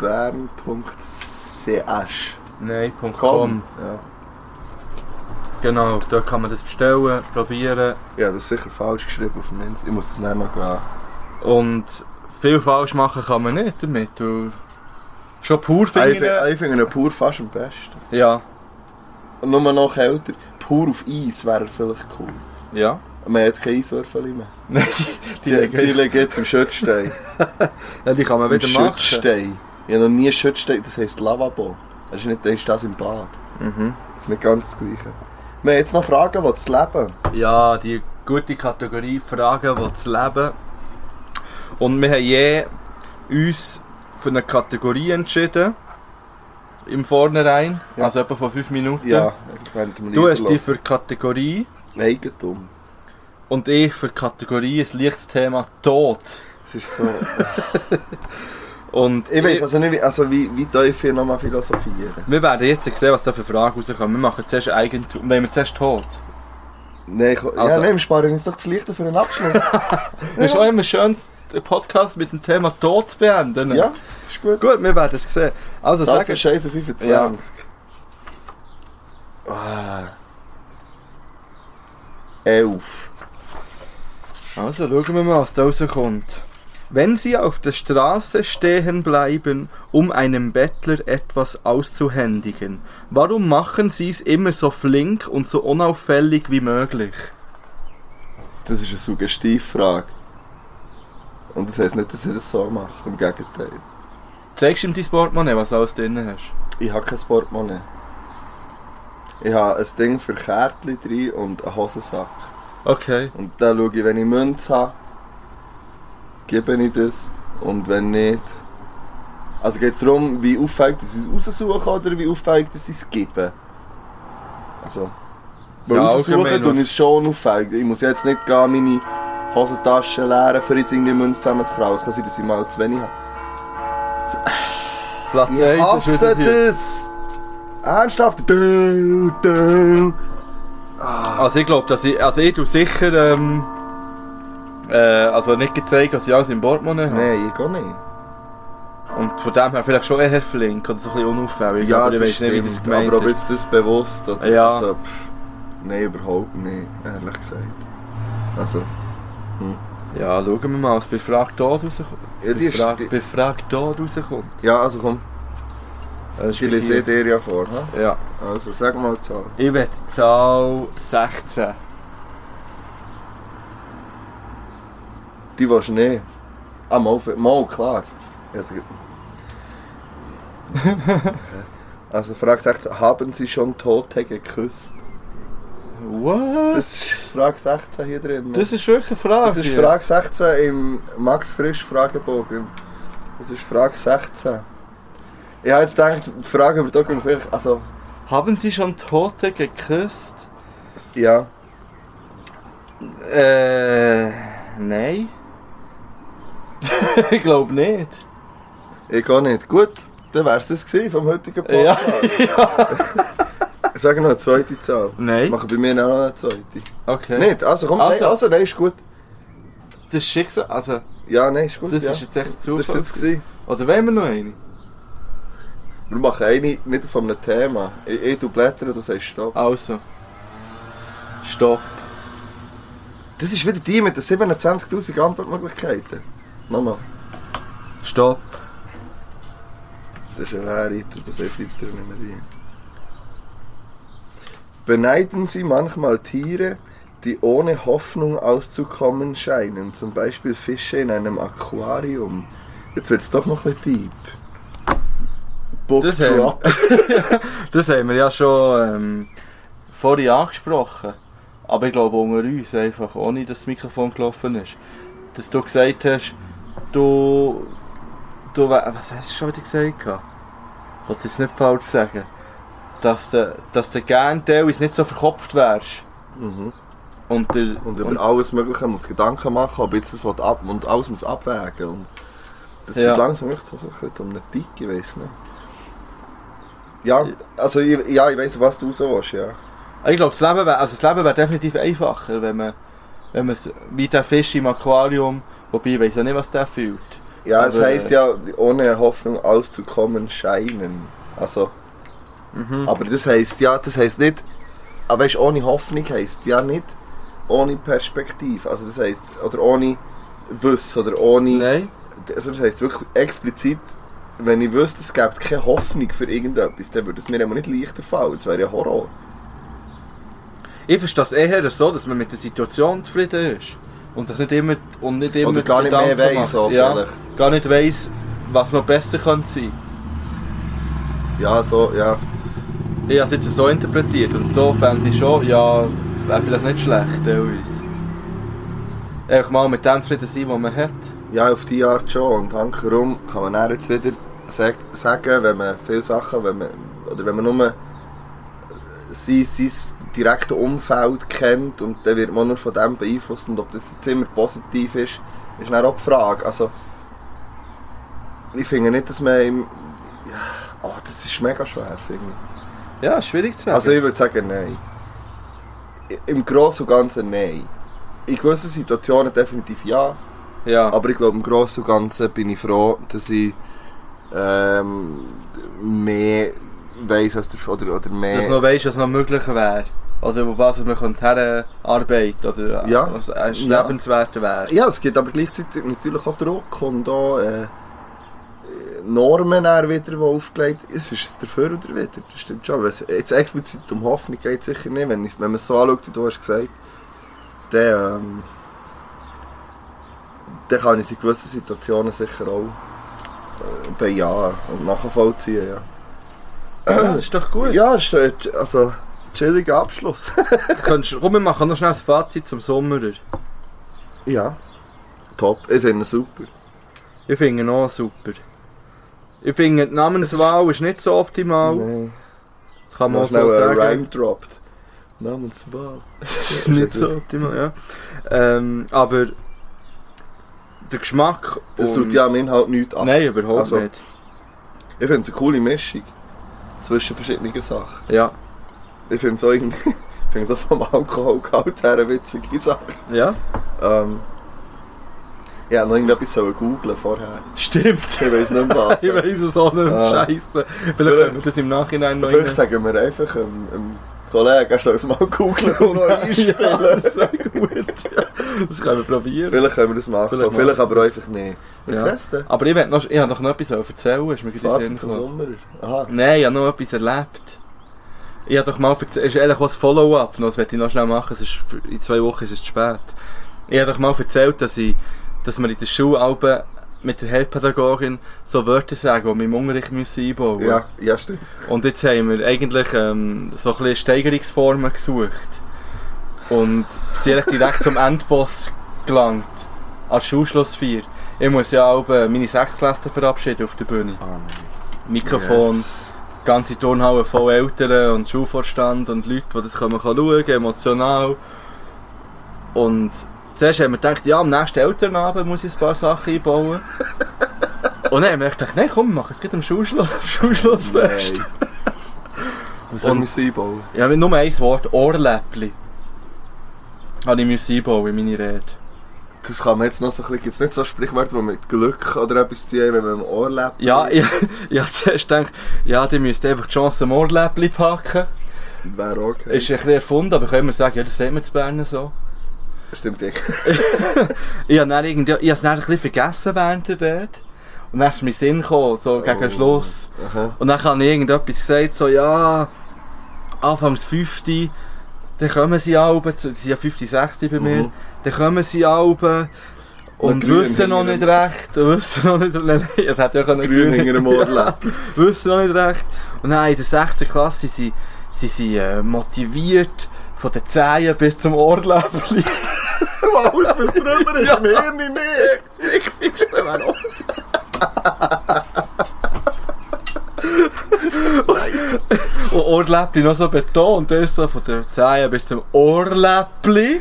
Nein, .com. Ja. Genau, da kann man das bestellen, probieren. Ja, das ist sicher falsch geschrieben auf dem Insta. Ich muss das nicht noch gehen. Und viel falsch machen kann man nicht damit. Schon pur finde ich finde ihn pur fast am besten. Ja. Und nur noch kälter. Pur auf Eis wäre vielleicht cool. Ja. Wir haben jetzt keine Eiswürfel mehr. Nein, die liegen jetzt im Schützstein. Ja, die kann man wieder machen. Schützstein. Ich habe noch nie Schützstein, das heisst Lavabo. Das ist das im Bad. Mhm. Das ist nicht ganz das Gleiche. Wir haben jetzt noch Fragen, die zu leben. Ja, die gute Kategorie Fragen, die zu leben. Und wir haben uns für eine Kategorie entschieden. Im Vornherein. Ja. Also etwa vor 5 Minuten. Ja, du hast dich für die Kategorie Eigentum. Und ich für die Kategorie ein leichtes Thema Tod. Es ist so. Und ich weiss also nicht, wie tief ich nochmal philosophieren. Wir werden jetzt sehen, was da für Fragen rauskommen. Wir machen zuerst Eigentum. Nehmen wir zuerst Tod. Nein, wir sparen uns doch das Licht für einen Abschluss. Es ist auch immer schön, den Podcast mit dem Thema Tod zu beenden. Ja, das ist gut. Gut, wir werden es sehen. Also sagen wir Scheiße 25. Ja. Ah. 11. Also schauen wir mal, was da rauskommt. Wenn Sie auf der Straße stehen bleiben, um einem Bettler etwas auszuhändigen, warum machen Sie es immer so flink und so unauffällig wie möglich? Das ist eine Suggestivfrage. Und das heisst nicht, dass ich das so mache, im Gegenteil. Zeigst du ihm dein Portemonnaie, was du alles drin hast? Ich habe kein Portemonnaie. Ich habe ein Ding für Kärtchen drin und einen Hosensack. Okay. Und dann schaue ich, wenn ich Münze habe, gebe ich das. Und wenn nicht... Also geht es darum, wie auffällig dass ich es raussuche oder wie auffällig dass ich es gebe. Also... Weil raussuchen tue ich es schon auffällig. Ich muss jetzt nicht gehen, meine Hosentaschen leeren, für jetzt irgendwie Münze zusammenzukrauen. Es kann sein, dass ich mal zu wenig habe. So. Platz 1 ich hasse das! Ernsthaft? Also ich glaube, dass ich tue sicher also nicht gezeigt, dass ich alles im Portemonnaie habe. Nein, ich gar nicht. Und von dem her vielleicht schon eher flink oder so ein bisschen unauffällig. Ja, aber ich weiß nicht, wie das gemeint aber ob jetzt das bewusst oder ja. So, nein, überhaupt nicht, ehrlich gesagt. Also, Ja, schauen wir mal, was bei Frage Tod rauskommt. Ja, bei Frage Tod rauskommt. Ja, also komm. Das die lese dir ja vor, he? Ja. Also, sag mal die Zahl. Ich will die Zahl 16. Die willst du nicht? Ah, mal klar. Also, Frage 16. Haben Sie schon Tote geküsst? What? Das ist Frage 16 hier drin. Das ist wirklich eine Frage. Das ist Frage 16 im Max Frisch Fragebogen. Das ist Frage 16. Ich habe jetzt gedacht, die Frage über Dogen vielleicht, also... Haben Sie schon Tote geküsst? Ja. Nein. Ich glaube nicht. Ich gar nicht. Gut. Dann wär's das gewesen vom heutigen Podcast. Ja. Sag noch eine zweite Zahl. Nein. Machen bei mir noch eine zweite. Okay. Nicht? Also komm, nein, ist gut. Das ist Schicksal, also... Ja, nein, ist gut. Das ja. ist jetzt echt Zufall. Das war jetzt gewesen. Oder wollen wir noch eine? Wir machen eine nicht von einem Thema. Du blättern und du sagst Stopp. Also. Stopp. Das ist wieder die mit den 27'000 Antwortmöglichkeiten. Nochmal. Stopp. Das ist eine Leere, das heißt weiter nicht mehr die. Beneiden Sie manchmal Tiere, die ohne Hoffnung auszukommen scheinen, zum Beispiel Fische in einem Aquarium. Jetzt wird es doch noch ein bisschen deep. Das haben wir ja schon vorhin angesprochen. Aber ich glaube unter uns, einfach ohne dass das Mikrofon gelaufen ist. Dass du gesagt hast, was hast du schon wieder gesagt? Ich wollte es nicht falsch sagen. Dass du gerne teilweise nicht so verkopft wärst. Mhm. Und über alles Mögliche muss Gedanken machen, ob jetzt das und alles muss abwägen. Und das wird langsam echt so ein bisschen um eine Tick, ich weiss nicht. Ja, also ich weiss, was du so willst, ja. Ich glaube, das Leben wäre definitiv einfacher, wenn man wie der Fisch im Aquarium, wobei ich weiss ja nicht, was der fühlt. Ja, es heisst ja, ohne Hoffnung auszukommen scheinen. Also, aber das heisst nicht, aber weißt, ohne Hoffnung heisst ja nicht ohne Perspektive. Also das heisst, oder ohne Wissen, oder ohne... Nein. Also das heisst wirklich explizit, wenn ich wüsste, es gäbe keine Hoffnung für irgendetwas, dann würde es mir immer nicht leichter fallen. Das wäre ja Horror. Ich verstehe es eher so, dass man mit der Situation zufrieden ist. Und sich nicht immer oder gar nicht mehr weiss, gar nicht weiss, was noch besser könnte sein. Ja, so, ja. Ich habe es jetzt so interpretiert und so fände ich schon, ja, wäre vielleicht nicht schlecht, teilweise. Einfach mal mit dem zufrieden sein, was man hat. Ja, auf die Art schon. Und hankerum kann man dann jetzt wieder sagen, wenn man viele Sachen, wenn man nur sein direktes Umfeld kennt und dann wird man nur von dem beeinflusst und ob das jetzt immer positiv ist dann auch die Frage. Also, ich finde nicht, dass man das ist mega schwer, finde ich. Ja, schwierig zu sagen. Also ich würde sagen, nein. Im Großen und Ganzen nein. In gewissen Situationen definitiv ja. Ja. Aber ich glaube, im Großen und Ganzen bin ich froh, dass ich mehr weiss oder mehr... Dass du noch weisst, was noch möglich wäre. Oder auf was man herarbeiten oder ja. was lebenswert wäre. Ja, es gibt aber gleichzeitig natürlich auch Druck und auch Normen wieder, die aufgelegt sind. Es ist es dafür oder wieder, das stimmt schon. Wenn es jetzt explizit um Hoffnung geht, sicher nicht. Wenn man es so anschaut, wie du hast gesagt, dann kann ich in gewissen Situationen sicher auch bejahen und nachvollziehen. Ja. Das ist doch gut. Ja, also chilliger Abschluss. Komm, wir machen noch schnell das Fazit zum Sommer. Ja, top. Ich finde es super. Ich finde ihn auch super. Ich finde, die Namenswahl ist nicht so optimal. Nein. Das kann man auch so sagen. Rhyme droppt. Namenswahl. Nicht so optimal, ja. Aber der Geschmack... Das tut ja am Inhalt nichts ab. Nein, überhaupt nicht. Ich finde es eine coole Mischung zwischen verschiedenen Sachen. Ja. Ich finde es auch irgendwie... Ich finde es auch vom Alkoholgehalt her eine witzige Sache. Ja. Ich wollte noch irgendetwas googlen vorher. Stimmt. Ich weiss nicht mehr was. Ich weiss es auch nicht. Scheisse. Vielleicht können wir das im Nachhinein noch... Vielleicht sagen wir einfach dem Kollegen, er soll es mal googlen und noch einspielen. Ja, das wäre gut. Ja. Das können wir probieren. Vielleicht können wir das machen. Vielleicht aber auch einfach nicht. Ja. Aber ich habe doch noch etwas erzählen. Ist mir Fazit zum Sommer? Aha. Nein, ich habe noch etwas erlebt. Ich habe doch mal erzählt, es ist eigentlich auch ein Follow-up, das möchte ich noch schnell machen, in 2 Wochen ist es zu spät. Ich habe doch mal erzählt, dass wir in der Schule mit der Heilpädagogin so Wörter sagen, die wir im Unterricht einbauen müssen. Ja, stimmt. Und jetzt haben wir eigentlich so ein bisschen Steigerungsformen gesucht. Und sind direkt zum Endboss gelangt. Als Schulschlussfeier. Ich muss ja auch meine 6. Klasse verabschieden auf der Bühne. Mikrofon, yes. Die ganze Turnhalle voll Eltern und Schulvorstand und Leute, die das schauen können, emotional. Und zuerst haben wir gedacht, ja, am nächsten Elternabend muss ich ein paar Sachen einbauen. Und dann haben wir gedacht, nein komm, wir machen es gerade am Schulschlussfest. Was haben wir einbauen? Ja, nur ein Wort, Ohrläppli. Habe ich einbauen in meine Rede. Das kann man jetzt noch so ein bisschen... Gibt es nicht so Sprichwörter, die mit Glück oder etwas zu tun haben, wenn man im Ohrläppli... Ja, ich habe zuerst gedacht, ja, die müsst einfach die Chance am Ohrläppli packen. Wäre okay. Ist ein bisschen erfunden, aber können wir sagen, ja, das sehen wir zu Bern so. Stimmt echt. Ich habe es dann ein bisschen vergessen während der Rede. Und dann ist mir Sinn gekommen, so gegen Schluss. Aha. Und dann habe ich irgendetwas gesagt, so, ja, Anfangs 5. Dann kommen sie alle, es sind ja 5., 6. bei mir, dann kommen sie alle und wissen noch nicht recht, es hätte ja grün hinter dem Ohrläppli. wissen noch nicht recht. Und dann in der 6. Klasse sind sie motiviert, von den Zehen bis zum Ohrläppli. Wow, bis drüber ist mir nicht. Das Wichtigste wäre auch. Und Ohrläppli noch so betont, das ist so von der Zehen bis zum Ohrläppli.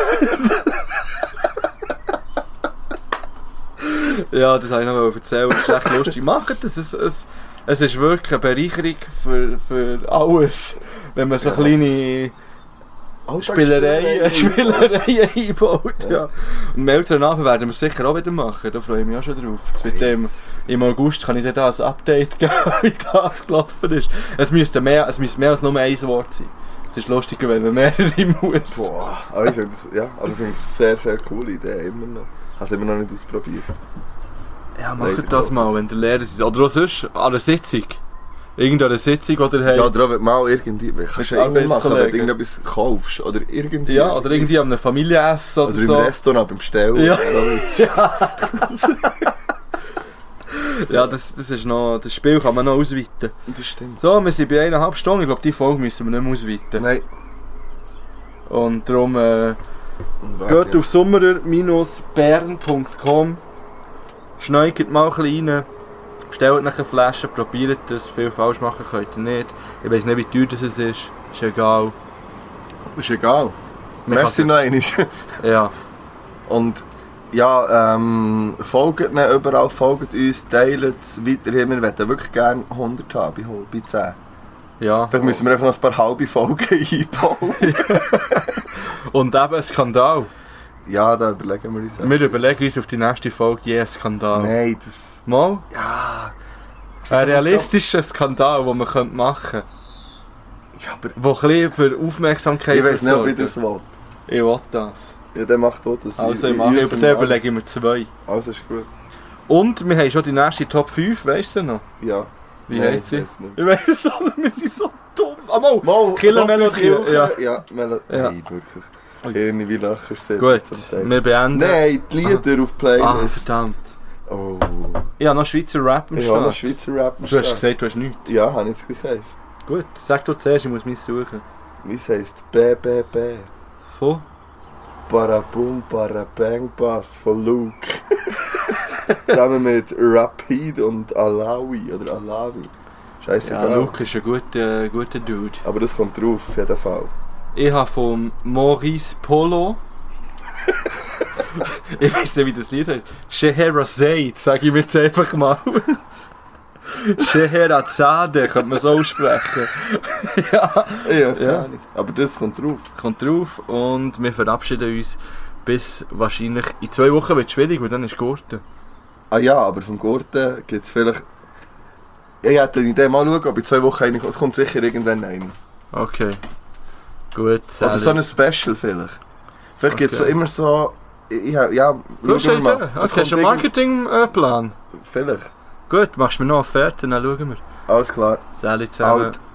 Ja, das wollte ich noch erzählen, das ist echt lustig. Macht das, es ist wirklich eine Bereicherung für alles, wenn man so kleine Spielereien einbaut. Ja. Und am Elternabend werden wir es sicher auch wieder machen, da freue ich mich auch schon drauf. Im August kann ich dir da ein Update geben, wie das gelaufen ist. Es müsste mehr als nur ein Wort sein. Es ist lustiger, wenn man mehrere muss. Boah, aber ich finde es eine sehr, sehr coole Idee, immer noch. Hast du immer noch nicht ausprobiert? Ja, macht das mal, wenn der Lehrer ist. Oder auch sonst an einer Sitzung. Irgendeine Sitzung, oder hey. Ja, oder auch wenn du mal irgendwie, kannst du ja irgendwie machen, wenn du irgendetwas kaufst, oder irgendwie. Ja, oder irgendwie an einem Familienessen oder so. Oder im Restaurant beim Stellen. Ja. Ja, das ist noch, das Spiel kann man noch ausweiten. Das stimmt. So, wir sind bei 1,5 Stunden, ich glaube, die Folge müssen wir nicht mehr ausweiten. Nein. Und darum, geht auf sommerer-bern.com, schneigt mal ein bisschen rein, bestellt nachher Flaschen, probiert das, viel falsch machen könnt ihr nicht. Ich weiss nicht, wie teuer das ist egal. Ist egal. Merci noch einmal. Ja. Und ja, folgt ihnen überall, folgt uns, teilt es weiterhin. Wir möchten wirklich gerne 100 haben bei 10. Ja. Vielleicht müssen wir einfach noch ein paar halbe Folgen einbauen. Und eben ein Skandal. Ja, da überlegen wir uns. Wir überlegen uns auf die nächste Folge je einen Skandal. Nein, das... Mal? Ja. Ein realistischer Skandal, den man machen könnte. Ja, aber... Wo ein bisschen für Aufmerksamkeit ich weiß nicht, ob ich das will. Ich will das. Ja, der macht auch das. Also über den überlegen wir 2. Also ist gut. Und wir haben schon die nächste Top 5, weißt du noch? Ja. Wie heißt sie? Ich weiß es auch nicht, wir sind so dumm. Ah, mal! Killermelodie. Ja. Ja, Melodie. Ja. Nein, wirklich. Irgendwie wie Löcher sind. Gut, wir beenden. Nein, die Lieder auf Playlist. Ah, verdammt. Oh. Ich habe noch Schweizer Rap im Ich habe noch Schweizer Rap im Du hast gesagt, du hast nichts. Ja, habe ich jetzt gleich eins. Gut, sag du zuerst, ich muss mich suchen. Meins heisst BBB. Von? Barabum, Barabang Bass von Luke. Zusammen mit Rapid und Alawi. Oder Alawi. Scheiße. Ja, Luke ist ein guter Dude. Aber das kommt drauf, auf jeden Fall. Ich habe von Maurice Polo. Ich weiß nicht, wie das Lied heißt. Scheherazade, sage ich mir jetzt einfach mal. Scheherazade, könnte man so aussprechen. Ja, ja. Aber das kommt drauf. Kommt drauf und wir verabschieden uns bis wahrscheinlich in 2 Wochen wird es schwierig, weil dann ist Gurten. Ah ja, aber vom Gurten gibt es vielleicht... Ich hätte eine Idee, mal schauen, ob in 2 Wochen es kommt sicher irgendwann rein. Okay. Gut, oder so ein Special vielleicht. Vielleicht gibt es so immer so... Ja, du hast eine Idee? Hast du einen Marketingplan? Vielleicht. Gut, machst du mir noch eine Offerte, dann schauen wir. Alles klar. Salut zusammen. Out.